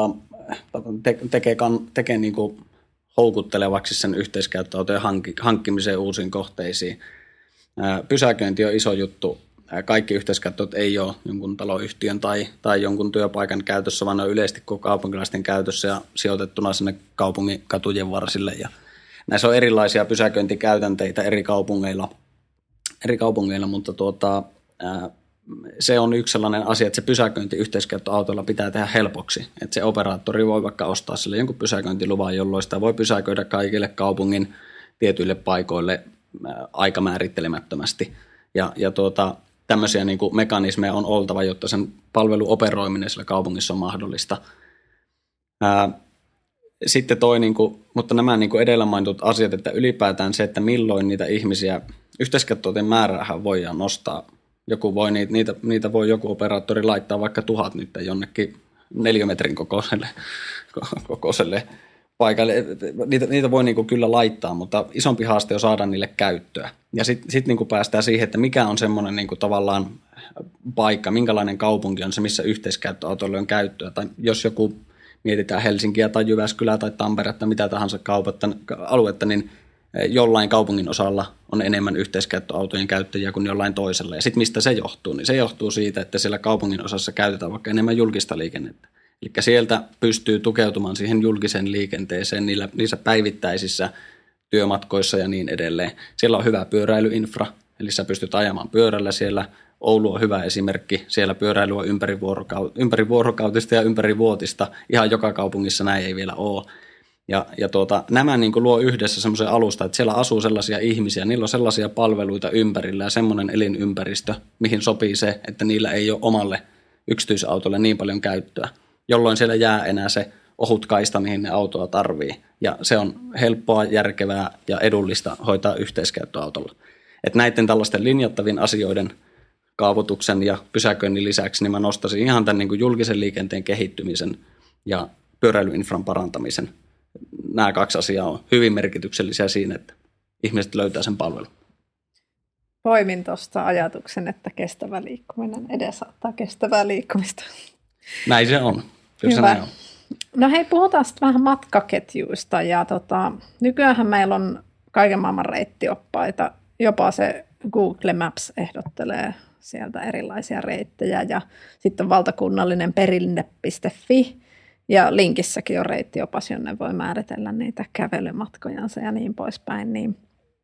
tekee niin kuin houkuttelevaksi sen yhteiskäyttöautojen hankkimiseen uusiin kohteisiin. Pysäköinti on iso juttu. Kaikki yhteiskäyttöautot ei ole jonkun taloyhtiön tai jonkun työpaikan käytössä, vaan ne on yleisesti kaupunkilaisten käytössä ja sijoitettuna sinne kaupungin katujen varsille. Ja näissä on erilaisia pysäköintikäytänteitä eri kaupungeilla, mutta se on yksi sellainen asia, että se pysäköinti yhteiskäyttöautoilla pitää tehdä helpoksi. Että se operaattori voi vaikka ostaa sille jonkun pysäköintiluvan, jolloin sitä voi pysäköidä kaikille kaupungin tietyille paikoille aikamäärittelemättömästi. Ja tämmöisiä niin kuin mekanismeja on oltava, jotta sen palvelun operoiminen sillä kaupungissa on mahdollista. Sitten mutta nämä niin kuin edellä mainitut asiat, että ylipäätään se, että milloin niitä ihmisiä, yhteiskäyttöautojen määräähän voidaan nostaa. Niitä voi joku operaattori laittaa vaikka 1000 nyt jonnekin 4 metrin kokoiselle paikalle. Niitä voi niinku kyllä laittaa, mutta isompi haaste on saada niille käyttöä. Ja sitten niinku päästään siihen, että mikä on semmoinen niinku tavallaan paikka, minkälainen kaupunki on se, missä yhteiskäyttöautoille on käyttöä. Tai jos joku mietitään Helsinkiä tai Jyväskylää tai Tamperetta, mitä tahansa aluetta, niin jollain kaupungin osalla on enemmän yhteiskäyttöautojen käyttäjiä kuin jollain toisella. Ja sitten mistä se johtuu? Niin se johtuu siitä, että siellä kaupungin osassa käytetään vaikka enemmän julkista liikennettä. Eli sieltä pystyy tukeutumaan siihen julkiseen liikenteeseen niissä päivittäisissä työmatkoissa ja niin edelleen. Siellä on hyvä pyöräilyinfra, eli sä pystyt ajamaan pyörällä siellä. Oulu on hyvä esimerkki. Siellä pyöräily on ympärivuorokautista ja ympärivuotista. Ihan joka kaupungissa näin ei vielä ole. Ja nämä niin kuin luo yhdessä semmoisen alusta, että siellä asuu sellaisia ihmisiä, niillä on sellaisia palveluita ympärillä ja semmoinen elinympäristö, mihin sopii se, että niillä ei ole omalle yksityisautolle niin paljon käyttöä, jolloin siellä jää enää se ohut kaista, mihin ne autoa tarvii. Ja se on helppoa, järkevää ja edullista hoitaa yhteiskäyttöautolla. Että näiden tällaisten linjattavien asioiden kaavoituksen ja pysäköinnin lisäksi, niin mä nostaisin ihan tämän niin kuin julkisen liikenteen kehittymisen ja pyöräilyinfran parantamisen. Nämä 2 asiaa on hyvin merkityksellisiä siinä, että ihmiset löytää sen palvelun. Poimin tuosta ajatuksen, että kestävä liikkuminen edesauttaa kestävää liikkumista. Näin se on. Hyvä. No hei, puhutaan sitten vähän matkaketjuista. Ja nykyäänhän meillä on kaiken maailman reittioppaita. Jopa se Google Maps ehdottelee sieltä erilaisia reittejä. Ja sitten on valtakunnallinen perinne.fi. Ja linkissäkin on reittiopas, jonne voi määritellä niitä kävelymatkojansa ja niin poispäin. Niin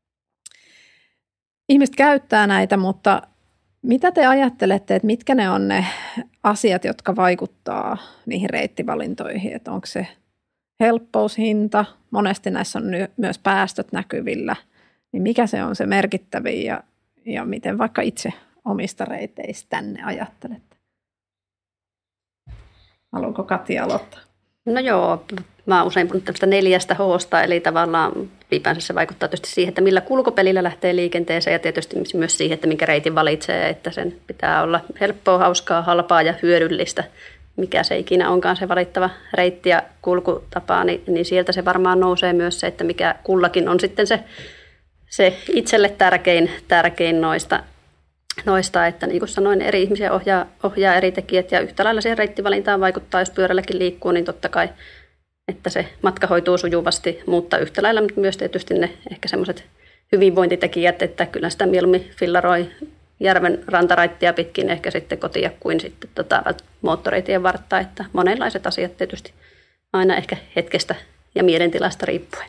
ihmiset käyttää näitä, mutta mitä te ajattelette, että mitkä ne on ne asiat, jotka vaikuttaa niihin reittivalintoihin? Että onko se helppoushinta? Monesti näissä on myös päästöt näkyvillä. Niin mikä se on se merkittävin ja miten vaikka itse omista reiteistänne ajattelette? Haluanko Kati aloittaa? No joo, Mä oon usein puhunut tämmöistä 4 H:sta, eli tavallaan ylipäänsä se vaikuttaa tietysti siihen, että millä kulkupelillä lähtee liikenteeseen ja tietysti myös siihen, että minkä reitin valitsee, että sen pitää olla helppoa, hauskaa, halpaa ja hyödyllistä. Mikä se ikinä onkaan se valittava reitti ja kulkutapa, niin sieltä se varmaan nousee myös se, että mikä kullakin on sitten se itselle tärkein noista, että niin kuin sanoin, eri ihmisiä ohjaa eri tekijät ja yhtä lailla siihen reittivalintaan vaikuttaa, jos pyörälläkin liikkuu, niin totta kai, että se matka hoituu sujuvasti, mutta yhtä lailla myös tietysti ne ehkä semmoiset hyvinvointitekijät, että kyllä sitä mieluummin fillaroi järven rantaraittia pitkin ehkä sitten kotia kuin sitten moottoreitien vartta, että monenlaiset asiat tietysti aina ehkä hetkestä ja mielentilasta riippuen.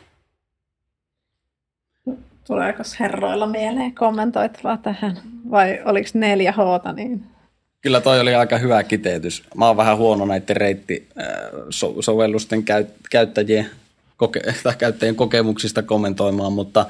Tuleeko herroilla mieleen kommentoitavaa tähän vai oliko 4 H:ta? Niin? Kyllä toi oli aika hyvä kiteytys. Mä oon vähän huono näiden reittisovellusten käyttäjien kokemuksista kommentoimaan,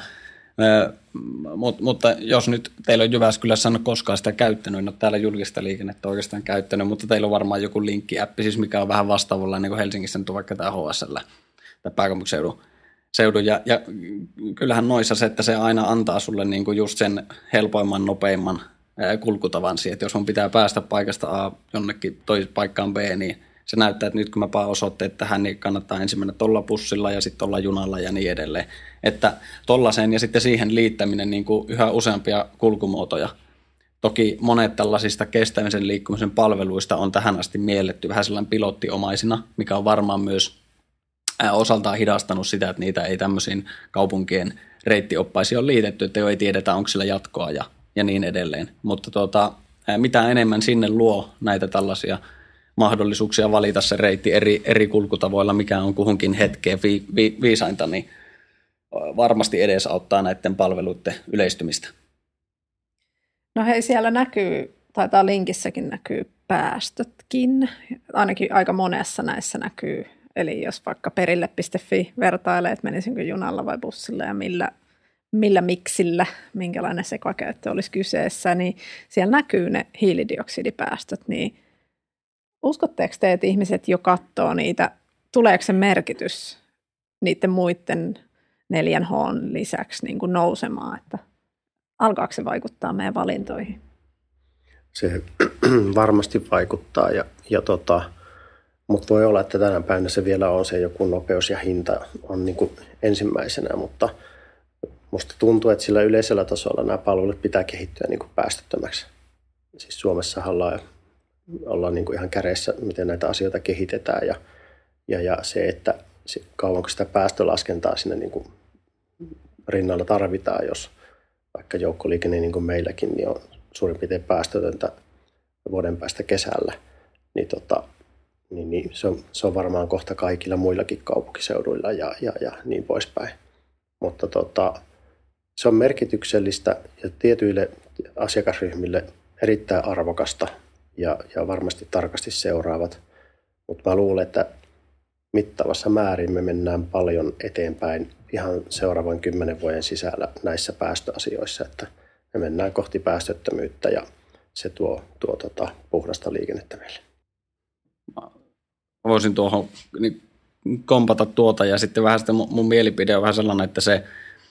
mutta jos nyt teillä on Jyväskylässä en ole koskaan sitä käyttänyt, en ole täällä julkista liikennettä oikeastaan käyttänyt, mutta teillä on varmaan joku linkkiäppi, siis mikä on vähän vastaavalla niin kuin Helsingissä nyt on vaikka tämä HSL tai pääkaupunkiseudun. Ja kyllähän noissa se, että se aina antaa sulle niin kuin just sen helpoimman, nopeimman kulkutavan siihen, että jos mun pitää päästä paikasta A jonnekin toiseen paikkaan B, niin se näyttää, että nyt kun mä paan osoitteet tähän, niin kannattaa ensin mennä tuolla bussilla ja sitten tuolla junalla ja niin edelleen. Että tollaiseen ja sitten siihen liittäminen niin kuin yhä useampia kulkumuotoja. Toki monet tällaisista kestämisen liikkumisen palveluista on tähän asti mielletty vähän sellainen pilottiomaisina, mikä on varmaan myös osaltaan hidastanut sitä, että niitä ei tämmöisiin kaupunkien reittioppaisiin ole liitetty, että ei tiedetä, onko sillä jatkoa ja niin edelleen. Mutta mitä enemmän sinne luo näitä tällaisia mahdollisuuksia valita se reitti eri kulkutavoilla, mikä on kuhunkin hetkeen viisainta, niin varmasti edesauttaa näiden palveluiden yleistymistä. No hei, siellä taitaa linkissäkin näkyy päästötkin, ainakin aika monessa näissä näkyy. Eli jos vaikka perille.fi vertailee, että menisinkö junalla vai bussilla ja millä miksillä, minkälainen sekakäyttö olisi kyseessä, niin siellä näkyy ne hiilidioksidipäästöt, niin uskotteko te, että ihmiset jo katsoo niitä, tuleeko se merkitys niiden muiden 4H:n lisäksi niin kuin nousemaan, että alkaako se vaikuttaa meidän valintoihin? Se varmasti vaikuttaa, mutta voi olla, että tänä päivänä se vielä on se joku nopeus ja hinta on niin kuin ensimmäisenä, mutta musta tuntuu, että sillä yleisellä tasolla nämä palvelut pitää kehittyä niin kuin päästöttömäksi. Siis Suomessahan ollaan niin kuin ihan kädessä, miten näitä asioita kehitetään ja se, että kauanko sitä päästölaskentaa sinne niin kuin rinnalla tarvitaan, jos vaikka joukkoliikenne niin kuin meilläkin niin on suurin piirtein päästötöntä vuoden päästä kesällä, niin se on varmaan kohta kaikilla muillakin kaupunkiseuduilla ja niin poispäin. Mutta se on merkityksellistä ja tietyille asiakasryhmille erittäin arvokasta ja varmasti tarkasti seuraavat. Mutta mä luulen, että mittavassa määrin me mennään paljon eteenpäin ihan seuraavan 10 vuoden sisällä näissä päästöasioissa, että me mennään kohti päästöttömyyttä ja se tuo puhdasta liikennettä meille. Voisin tuohon niin kompata ja sitten vähän sitä mun mielipide on vähän sellainen, että se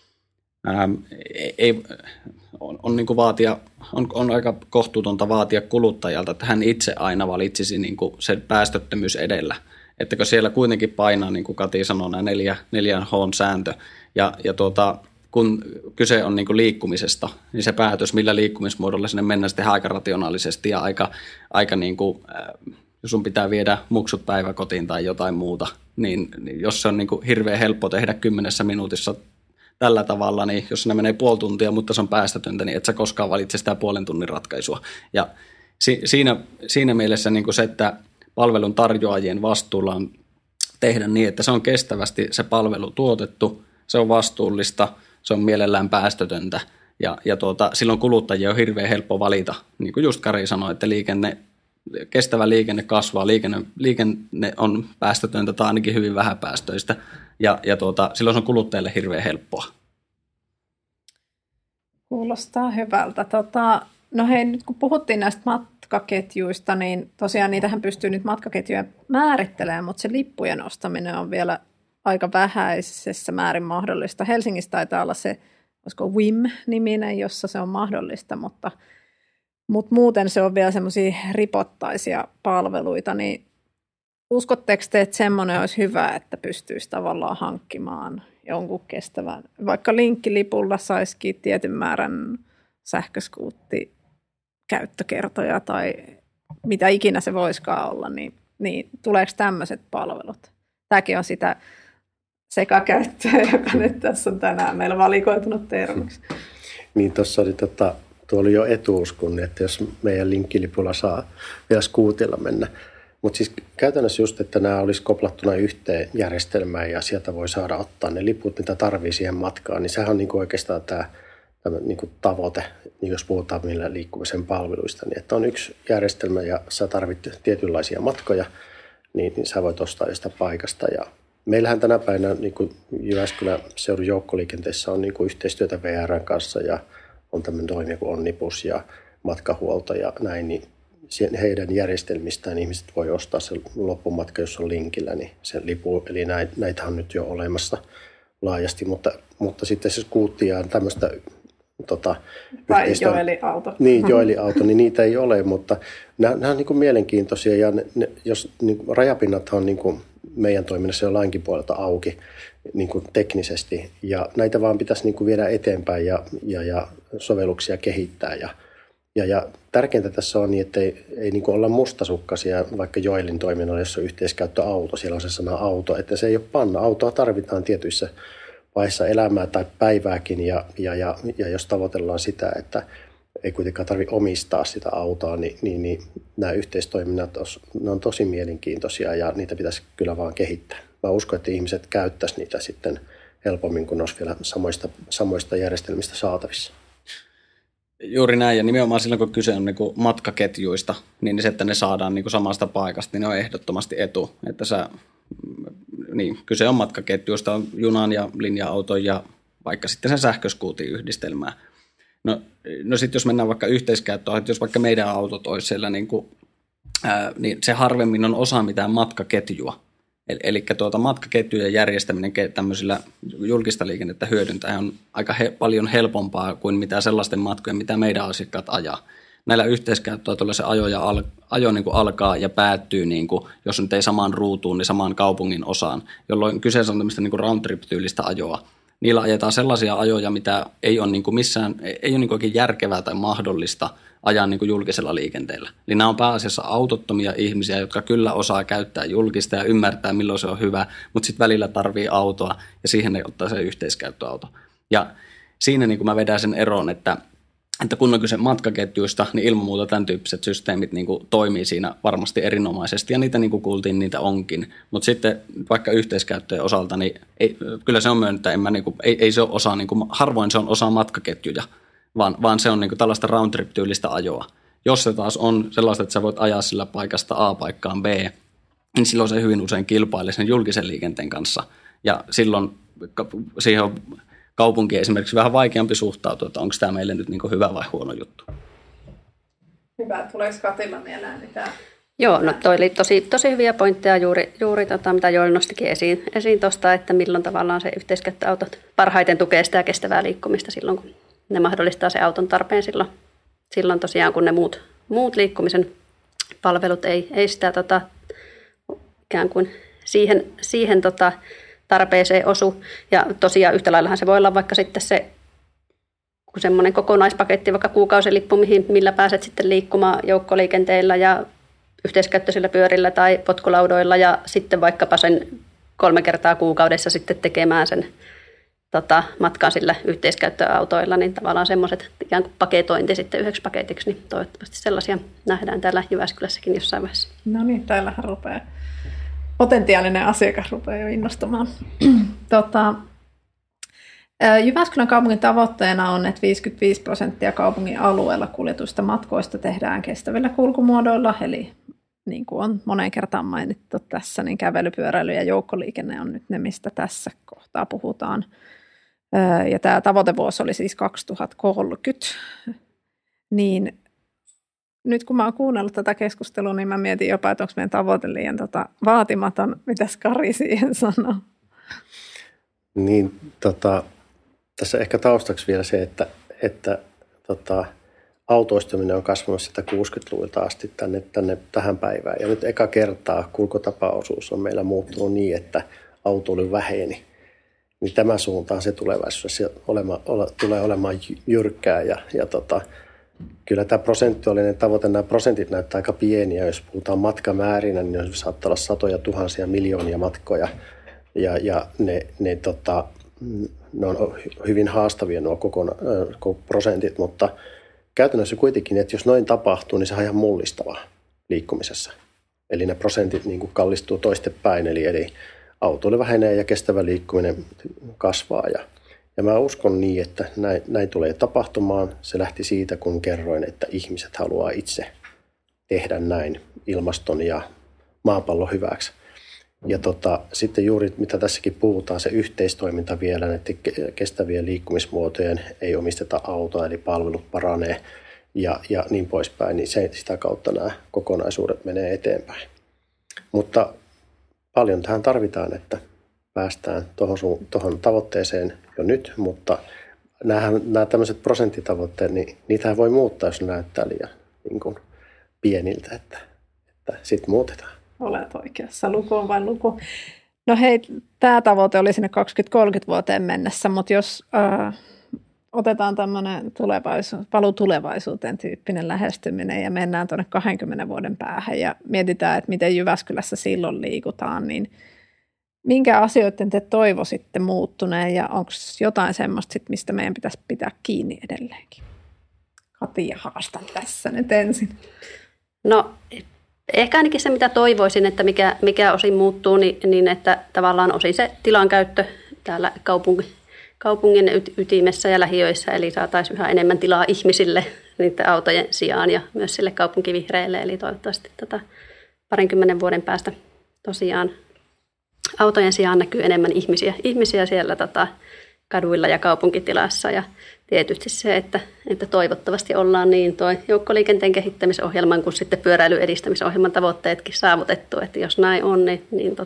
on niin kuin on aika kohtuutonta vaatia kuluttajalta, että hän itse aina valitsisi niin kuin sen päästöttömyys edellä. Että kun siellä kuitenkin painaa, niin kuin Kati sanoi, nämä 4H:n sääntö kun kyse on niin kuin liikkumisesta, niin se päätös, millä liikkumismuodolla sinne mennään sitten aika rationaalisesti ja aika niin kuin, jos sun pitää viedä muksut päiväkotiin tai jotain muuta, niin jos se on niin kuin hirveän helppo tehdä 10 minuutissa tällä tavalla, niin jos ne menee puoli tuntia, mutta se on päästötöntä, niin et sä koskaan valitse sitä puolen tunnin ratkaisua. Ja siinä mielessä niin kuin se, että palvelun tarjoajien vastuulla on tehdä niin, että se on kestävästi se palvelu tuotettu, se on vastuullista, se on mielellään päästötöntä ja silloin kuluttajia on hirveän helppo valita. Niin kuin just Kari sanoi, että kestävä liikenne kasvaa, liikenne on päästötöntä tai ainakin hyvin vähäpäästöistä ja silloin se on kuluttajille hirveän helppoa. Kuulostaa hyvältä. No hei, nyt kun puhuttiin näistä matkaketjuista, niin tosiaan niitähän pystyy nyt matkaketjuja määrittelemään, mutta se lippujen ostaminen on vielä aika vähäisessä määrin mahdollista. Helsingissä taitaa olla se, olisiko WIM-niminen, jossa se on mahdollista, mutta muuten se on vielä semmoisia ripottaisia palveluita, niin uskotteko te, että semmoinen olisi hyvä, että pystyisi tavallaan hankkimaan jonkun kestävän, vaikka linkkilipulla saisikin tietyn määrän sähköskuuttikäyttökertoja tai mitä ikinä se voisikaan olla, niin tuleeko tämmöiset palvelut? Tämäkin on sitä sekakäyttöä, joka nyt tässä on tänään meillä valikoitunut termiksi. Niin tuossa oli, tuo oli jo etuuskunni, että jos meidän linkkilipulla saa vielä skuutilla mennä. Mutta siis käytännössä just, että nämä olisi koplattuna yhteen järjestelmään ja sieltä voi saada ottaa ne liput, mitä tarvii siihen matkaan, niin sehän on niinku oikeastaan tämä niinku tavoite, niin jos puhutaan millä liikkumisen palveluista, niin että on yksi järjestelmä ja sä tarvitset tietynlaisia matkoja, niin sä voit ostaa josta paikasta. Ja meillähän tänä päivänä niin Jyväskylän seudun joukkoliikenteessä on niin yhteistyötä VR:n kanssa ja on tämmöinen toimija kuin Onnibus ja matkahuolto ja näin, niin heidän järjestelmistään ihmiset voi ostaa sen loppumatka, jos on linkillä, niin sen lipu, eli näitä on nyt jo olemassa laajasti, mutta sitten se skuutti ja tämmöistä tai joeliauto. Niin, joeliauto, niin niitä ei ole, mutta nämä on niin kuin mielenkiintoisia ja jos niin kuin rajapinnathan on niin kuin meidän toiminnassa jo lainkin puolelta auki niin kuin teknisesti ja näitä vaan pitäisi niin kuin viedä eteenpäin ja sovelluksia kehittää ja tärkeintä tässä on niin, että ei niin kuin olla mustasukkaisia vaikka Joelin toiminnalla, jossa on yhteiskäyttöauto, siellä on se sana auto, että se ei ole panna. Autoa tarvitaan tietyissä vaiheessa elämää tai päivääkin ja jos tavoitellaan sitä, että ei kuitenkaan tarvitse omistaa sitä autoa, niin nämä yhteistoiminnat ne on tosi mielenkiintoisia ja niitä pitäisi kyllä vaan kehittää. Mä uskon, että ihmiset käyttäisi niitä sitten helpommin, kun ne olisi vielä samoista järjestelmistä saatavissa. Juuri näin, ja nimenomaan silloin, kun kyse on niin kuin matkaketjuista, niin se, että ne saadaan niin kuin samasta paikasta, niin ne on ehdottomasti etu. Että kyse on matkaketjuista, on junan ja linja-auton ja vaikka sitten sen sähköskuutin yhdistelmää. No sitten jos mennään vaikka yhteiskäyttöön, että jos vaikka meidän autot olisi siellä, niin se harvemmin on osa mitään matkaketjua. Eli matkaketjujen järjestäminen tämmöisillä julkista liikennettä hyödyntää on aika paljon helpompaa kuin mitä sellaisten matkojen, mitä meidän asiakkaat ajaa. Näillä yhteiskäyttöautoilla se ajo niin kuin alkaa ja päättyy, niin kuin, jos nyt ei samaan ruutuun, niin samaan kaupungin osaan, jolloin kyseessä on tämmöistä niin kuin round-trip-tyylistä ajoa. Niillä ajetaan sellaisia ajoja, mitä ei ole, niin kuin missään, ei ole niin kuin oikein järkevää tai mahdollista ajaa niin kuin julkisella liikenteellä. Eli nämä on pääasiassa autottomia ihmisiä, jotka kyllä osaa käyttää julkista ja ymmärtää, milloin se on hyvä, mutta sitten välillä tarvii autoa ja siihen ne ottaa se yhteiskäyttöauto. Ja siinä niin kuin mä vedän sen eron, että kun on kyse matkaketjuista, niin ilman muuta tämän tyyppiset systeemit niin kuin toimii siinä varmasti erinomaisesti, ja niitä niin kuin kuultiin, niitä onkin. Mutta sitten vaikka yhteiskäyttöjen osalta, niin kyllä se on myönnettä, ei se ole osa, niin kuin, harvoin se on osa matkaketjuja, vaan se on niin kuin tällaista round-trip-tyylistä ajoa. Jos se taas on sellaista, että sä voit ajaa sillä paikasta A paikkaan B, niin silloin se hyvin usein kilpailee sen julkisen liikenteen kanssa, ja silloin siihen on kaupunki esimerkiksi vähän vaikeampi suhtautua, että onko tämä meille nyt niin kuin hyvä vai huono juttu. Hyvä. Tuleeko Katilla mieleen mitään? Joo, no toi oli tosi hyviä pointteja juuri mitä Joel nostikin esiin tuosta, että milloin tavallaan se yhteiskäyttöautot parhaiten tukee sitä kestävää liikkumista silloin, kun ne mahdollistaa se auton tarpeen silloin tosiaan, kun ne muut liikkumisen palvelut ei sitä ikään kuin siihen tarpeeseen osu. Ja tosiaan yhtä laillahan se voi olla vaikka sitten se semmoinen kokonaispaketti, vaikka kuukausilippu, millä pääset sitten liikkumaan joukkoliikenteellä ja yhteiskäyttöisillä pyörillä tai potkulaudoilla ja sitten vaikkapa sen 3 kertaa kuukaudessa sitten tekemään sen matkan sillä yhteiskäyttöautoilla, niin tavallaan semmoiset ikään kuin paketointi sitten yhdeksi paketiksi, niin toivottavasti sellaisia nähdään täällä Jyväskylässäkin jossain vaiheessa. No niin, täällähän rupeaa. Potentiaalinen asiakas rupeaa jo innostumaan. Jyväskylän kaupungin tavoitteena on, että 55% kaupungin alueella kuljetusta matkoista tehdään kestävillä kulkumuodoilla, eli niin kuin on moneen kertaan mainittu tässä, niin kävely, pyöräily ja joukkoliikenne on nyt ne, mistä tässä kohtaa puhutaan. Ja tämä tavoitevuosi oli siis 2030. Niin nyt kun mä oon kuunnellut tätä keskustelua, niin mä mietin jopa, että onko meidän tavoite liian vaatimaton. Mitäs Kari siihen sanoo? Niin, tässä ehkä taustaksi vielä se, että autoistuminen on kasvanut sitä 60-luvulta asti tähän päivään. Ja nyt eka kertaa kulkutapaosuus on meillä muuttunut niin, että autoilu väheni. Niin tämä suuntaan se tulevaisuudessa tulee olemaan jyrkkää. Ja kyllä tämä prosentuaalinen tavoite, nämä prosentit näyttää aika pieniä. Jos puhutaan matkamäärinä, niin saattaa olla satoja tuhansia miljoonia matkoja. Ja ne on hyvin haastavia nuo prosentit, mutta käytännössä kuitenkin, että jos noin tapahtuu, niin se on ihan mullistavaa liikkumisessa. Eli ne prosentit niin kuin kallistuu toistepäin, eli autoilu vähenee ja kestävä liikkuminen kasvaa. Ja mä uskon niin, että näin tulee tapahtumaan. Se lähti siitä, kun kerroin, että ihmiset haluaa itse tehdä näin ilmaston ja maapallon hyväksi. Ja sitten juuri mitä tässäkin puhutaan, se yhteistoiminta vielä, näiden kestävien liikkumismuotojen ei omisteta autoa, eli palvelut paranee ja niin poispäin, niin sitä kautta nämä kokonaisuudet menee eteenpäin. Mutta paljon tähän tarvitaan, että päästään tuohon tavoitteeseen jo nyt, mutta nämä tämmöiset prosenttitavoitteet, niin niitä voi muuttaa, jos ne näyttää liian niin kuin pieniltä, että sitten muutetaan. Olet oikeassa. Luku on vain luku. No hei, tämä tavoite oli sinne 2030 vuoteen mennessä, mutta jos otetaan tämmöinen paluu tulevaisuuteen tyyppinen lähestyminen ja mennään tuonne 20 vuoden päähän ja mietitään, että miten Jyväskylässä silloin liikutaan, niin minkä asioiden te toivoisitte muuttuneen ja onko jotain semmoista, mistä meidän pitäisi pitää kiinni edelleenkin? Katia, haastan tässä nyt ensin. No ehkä ainakin se, mitä toivoisin, että mikä osin muuttuu, niin että tavallaan osin se tilankäyttö täällä kaupungin ytimessä ja lähiöissä, eli saataisiin yhä enemmän tilaa ihmisille niiden autojen sijaan ja myös sille kaupunkivihreille, eli toivottavasti 20 vuoden päästä tosiaan autojen sijaan näkyy enemmän ihmisiä siellä kaduilla ja kaupunkitilassa ja tietysti se, että toivottavasti ollaan niin tuo joukkoliikenteen kehittämisohjelman kuin sitten pyöräilyn edistämisohjelman tavoitteetkin saavutettu, että jos näin on, niin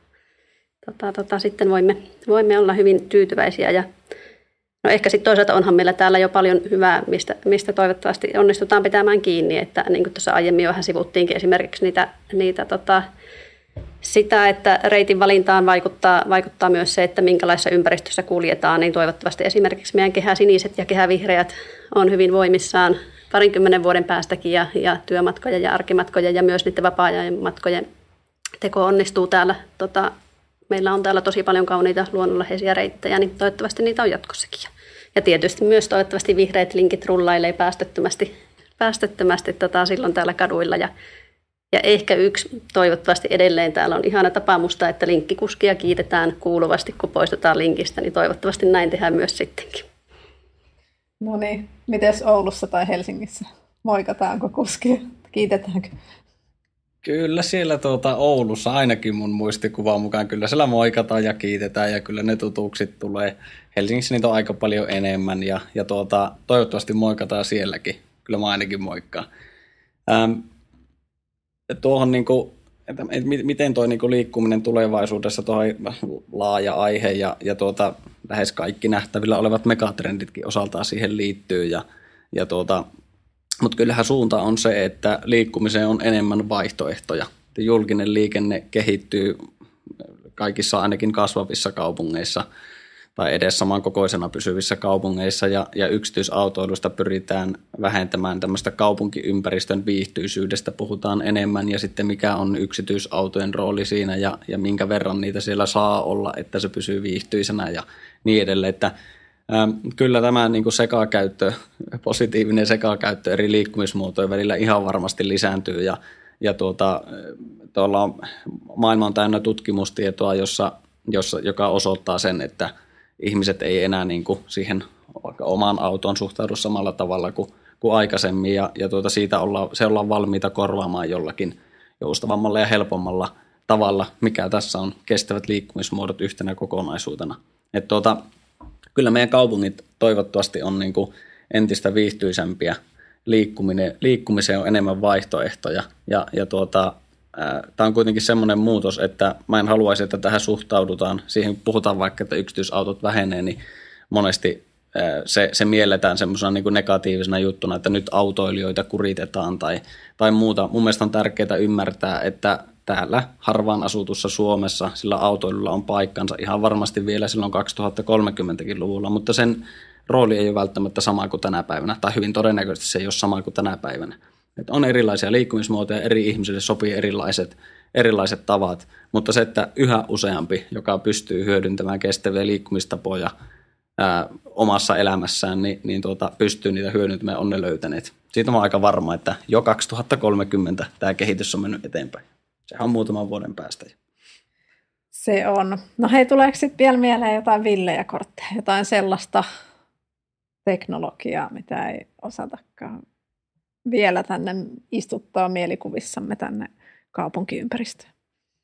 sitten voimme olla hyvin tyytyväisiä ja no ehkä sitten toisaalta onhan meillä täällä jo paljon hyvää, mistä toivottavasti onnistutaan pitämään kiinni, että niin kuin tuossa aiemmin jo vähän sivuttiinkin esimerkiksi sitä, että reitin valintaan vaikuttaa myös se, että minkälaisessa ympäristössä kuljetaan, niin toivottavasti esimerkiksi meidän kehäsiniset ja kehävihreät on hyvin voimissaan 20 vuoden päästäkin ja työmatkoja ja arkimatkoja ja myös niiden vapaa-ajan matkojen teko onnistuu täällä. Meillä on täällä tosi paljon kauniita luonnonläheisiä reittejä, niin toivottavasti niitä on jatkossakin. Ja tietysti myös toivottavasti vihreät linkit rullailee päästöttömästi silloin täällä kaduilla. Ja ehkä yksi toivottavasti edelleen täällä on ihana tapamusta, että linkkikuskia kiitetään kuuluvasti, kun poistutaan linkistä, niin toivottavasti näin tehdään myös sittenkin. No niin, mites Oulussa tai Helsingissä? Moikataanko kuskia? Kiitetäänkö? Kyllä siellä Oulussa ainakin mun muistikuvaan mukaan kyllä siellä moikataan ja kiitetään ja kyllä ne tutukset tulee. Helsingissä niitä on aika paljon enemmän ja toivottavasti moikataan sielläkin. Kyllä mä ainakin moikkaan. Tuohon, että miten tuo liikkuminen tulevaisuudessa, tuo laaja aihe ja lähes kaikki nähtävillä olevat megatrenditkin osaltaan siihen liittyy. Mutta kyllähän suunta on se, että liikkumiseen on enemmän vaihtoehtoja. Julkinen liikenne kehittyy kaikissa ainakin kasvavissa kaupungeissa tai edes samankokoisena pysyvissä kaupungeissa ja yksityisautoilusta pyritään vähentämään tämmöistä kaupunkiympäristön viihtyisyydestä puhutaan enemmän ja sitten mikä on yksityisautojen rooli siinä ja minkä verran niitä siellä saa olla, että se pysyy viihtyisenä ja niin edelleen, että kyllä tämä sekakäyttö, positiivinen sekakäyttö eri liikkumismuotojen välillä ihan varmasti lisääntyy ja tuolla maailma on täynnä tutkimustietoa, joka osoittaa sen, että ihmiset ei enää siihen omaan autoon suhtaudu samalla tavalla kuin aikaisemmin ja siitä ollaan valmiita korvaamaan jollakin joustavammalla ja helpommalla tavalla, mikä tässä on kestävät liikkumismuodot yhtenä kokonaisuutena. Kyllä meidän kaupungit toivottavasti on entistä viihtyisämpiä liikkumiseen on enemmän vaihtoehtoja. Tämä on kuitenkin semmoinen muutos, että mä en haluaisi, että tähän suhtaudutaan. Siihen puhutaan vaikka, että yksityisautot vähenee, niin monesti se mielletään semmoisena niin kuin negatiivisena juttuna, että nyt autoilijoita kuritetaan tai muuta. Mun mielestä on tärkeää ymmärtää, että täällä harvaan asutussa Suomessa sillä autoilulla on paikkansa ihan varmasti vielä silloin 2030-luvulla, mutta sen rooli ei ole välttämättä sama kuin tänä päivänä, tai hyvin todennäköisesti se ei ole sama kuin tänä päivänä. Että on erilaisia liikkumismuotoja, eri ihmisille sopii erilaiset tavat, mutta se, että yhä useampi, joka pystyy hyödyntämään kestäviä liikkumistapoja omassa elämässään, niin pystyy niitä hyödyntämään, on ne löytäneet. Siitä on aika varma, että jo 2030 tämä kehitys on mennyt eteenpäin. Sehän on muutaman vuoden päästä. Se on. No hei, tuleeko sitten vielä mieleen jotain villejä kortteja, jotain sellaista teknologiaa, mitä ei osatakaan vielä tänne istuttaa mielikuvissamme tänne kaupunkiympäristöön?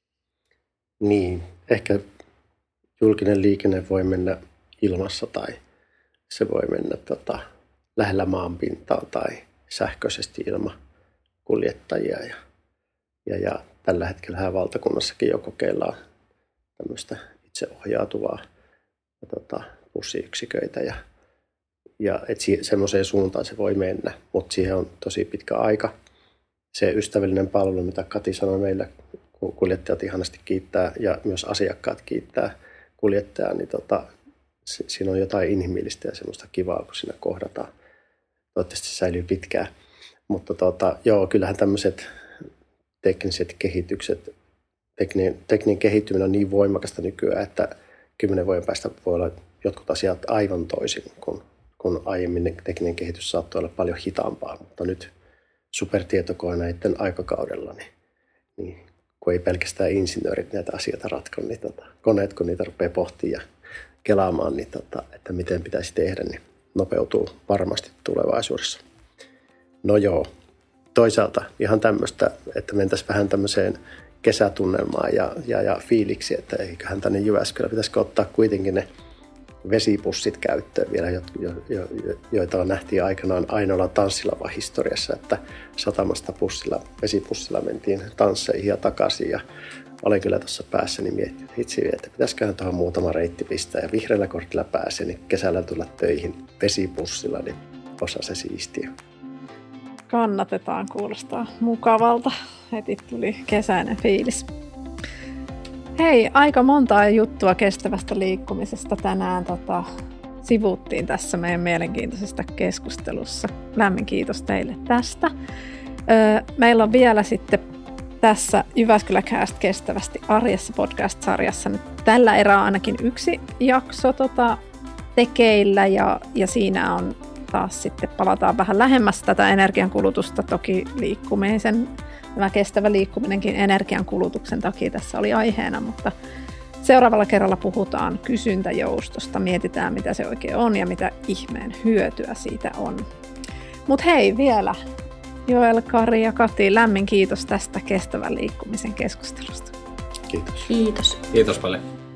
Niin, ehkä julkinen liikenne voi mennä ilmassa tai se voi mennä lähellä maanpintaa tai sähköisesti ilman kuljettajia. Ja tällä hetkellä valtakunnassakin jo kokeillaan tämmöistä itseohjautuvaa bussiyksiköitä ja semmoiseen suuntaan se voi mennä, mutta siihen on tosi pitkä aika. Se ystävällinen palvelu, mitä Kati sanoi meillä, kuljettajat ihanasti kiittää ja myös asiakkaat kiittää kuljettajaa, niin siinä on jotain inhimillistä ja semmoista kivaa, kun siinä kohdataan. Toivottavasti se säilyy pitkään. Mutta kyllähän tämmöiset tekniset kehitykset, tekninen kehittyminen on niin voimakasta nykyään, että 10 vuoden päästä voi olla jotkut asiat aivan toisin, kun aiemmin tekninen kehitys saattoi olla paljon hitaampaa. Mutta nyt supertietokoneiden aikakaudella, niin kun ei pelkästään insinöörit näitä asioita ratko, niin koneet, kun niitä rupeaa pohtimaan ja kelaamaan, niin että miten pitäisi tehdä, niin nopeutuu varmasti tulevaisuudessa. No joo, toisaalta ihan tämmöistä, että mentäisiin vähän tämmöiseen kesätunnelmaan ja fiiliksi, että eiköhän tänne Jyväskylä pitäisikö ottaa kuitenkin ne vesipussit käyttöön vielä, joita nähtiin aikanaan Ainola tanssilavan historiassa, että satamasta vesipussilla mentiin tansseihin ja takaisin ja olin kyllä tuossa päässäni miettinyt, että hitsi, että pitäisiköhän tuohon muutama reitti pistää ja vihreällä kortilla pääsee, niin kesällä tulla töihin vesipussilla, niin osa se siistiä. Kannatetaan, kuulostaa mukavalta. Heti tuli kesäinen fiilis. Hei, aika montaa juttua kestävästä liikkumisesta tänään sivuttiin tässä meidän mielenkiintoisessa keskustelussa. Lämmin kiitos teille tästä. Meillä on vielä sitten tässä Jyväskylä-cast kestävästi arjessa podcast-sarjassa nyt tällä erää ainakin yksi jakso tekeillä ja siinä on taas sitten palataan vähän lähemmäs tätä energiankulutusta. Toki tämä kestävä liikkuminenkin energiankulutuksen takia tässä oli aiheena, mutta seuraavalla kerralla puhutaan kysyntäjoustosta. Mietitään, mitä se oikein on ja mitä ihmeen hyötyä siitä on. Mutta hei vielä, Joel, Kari ja Kati, lämmin kiitos tästä kestävän liikkumisen keskustelusta. Kiitos. Kiitos. Kiitos paljon.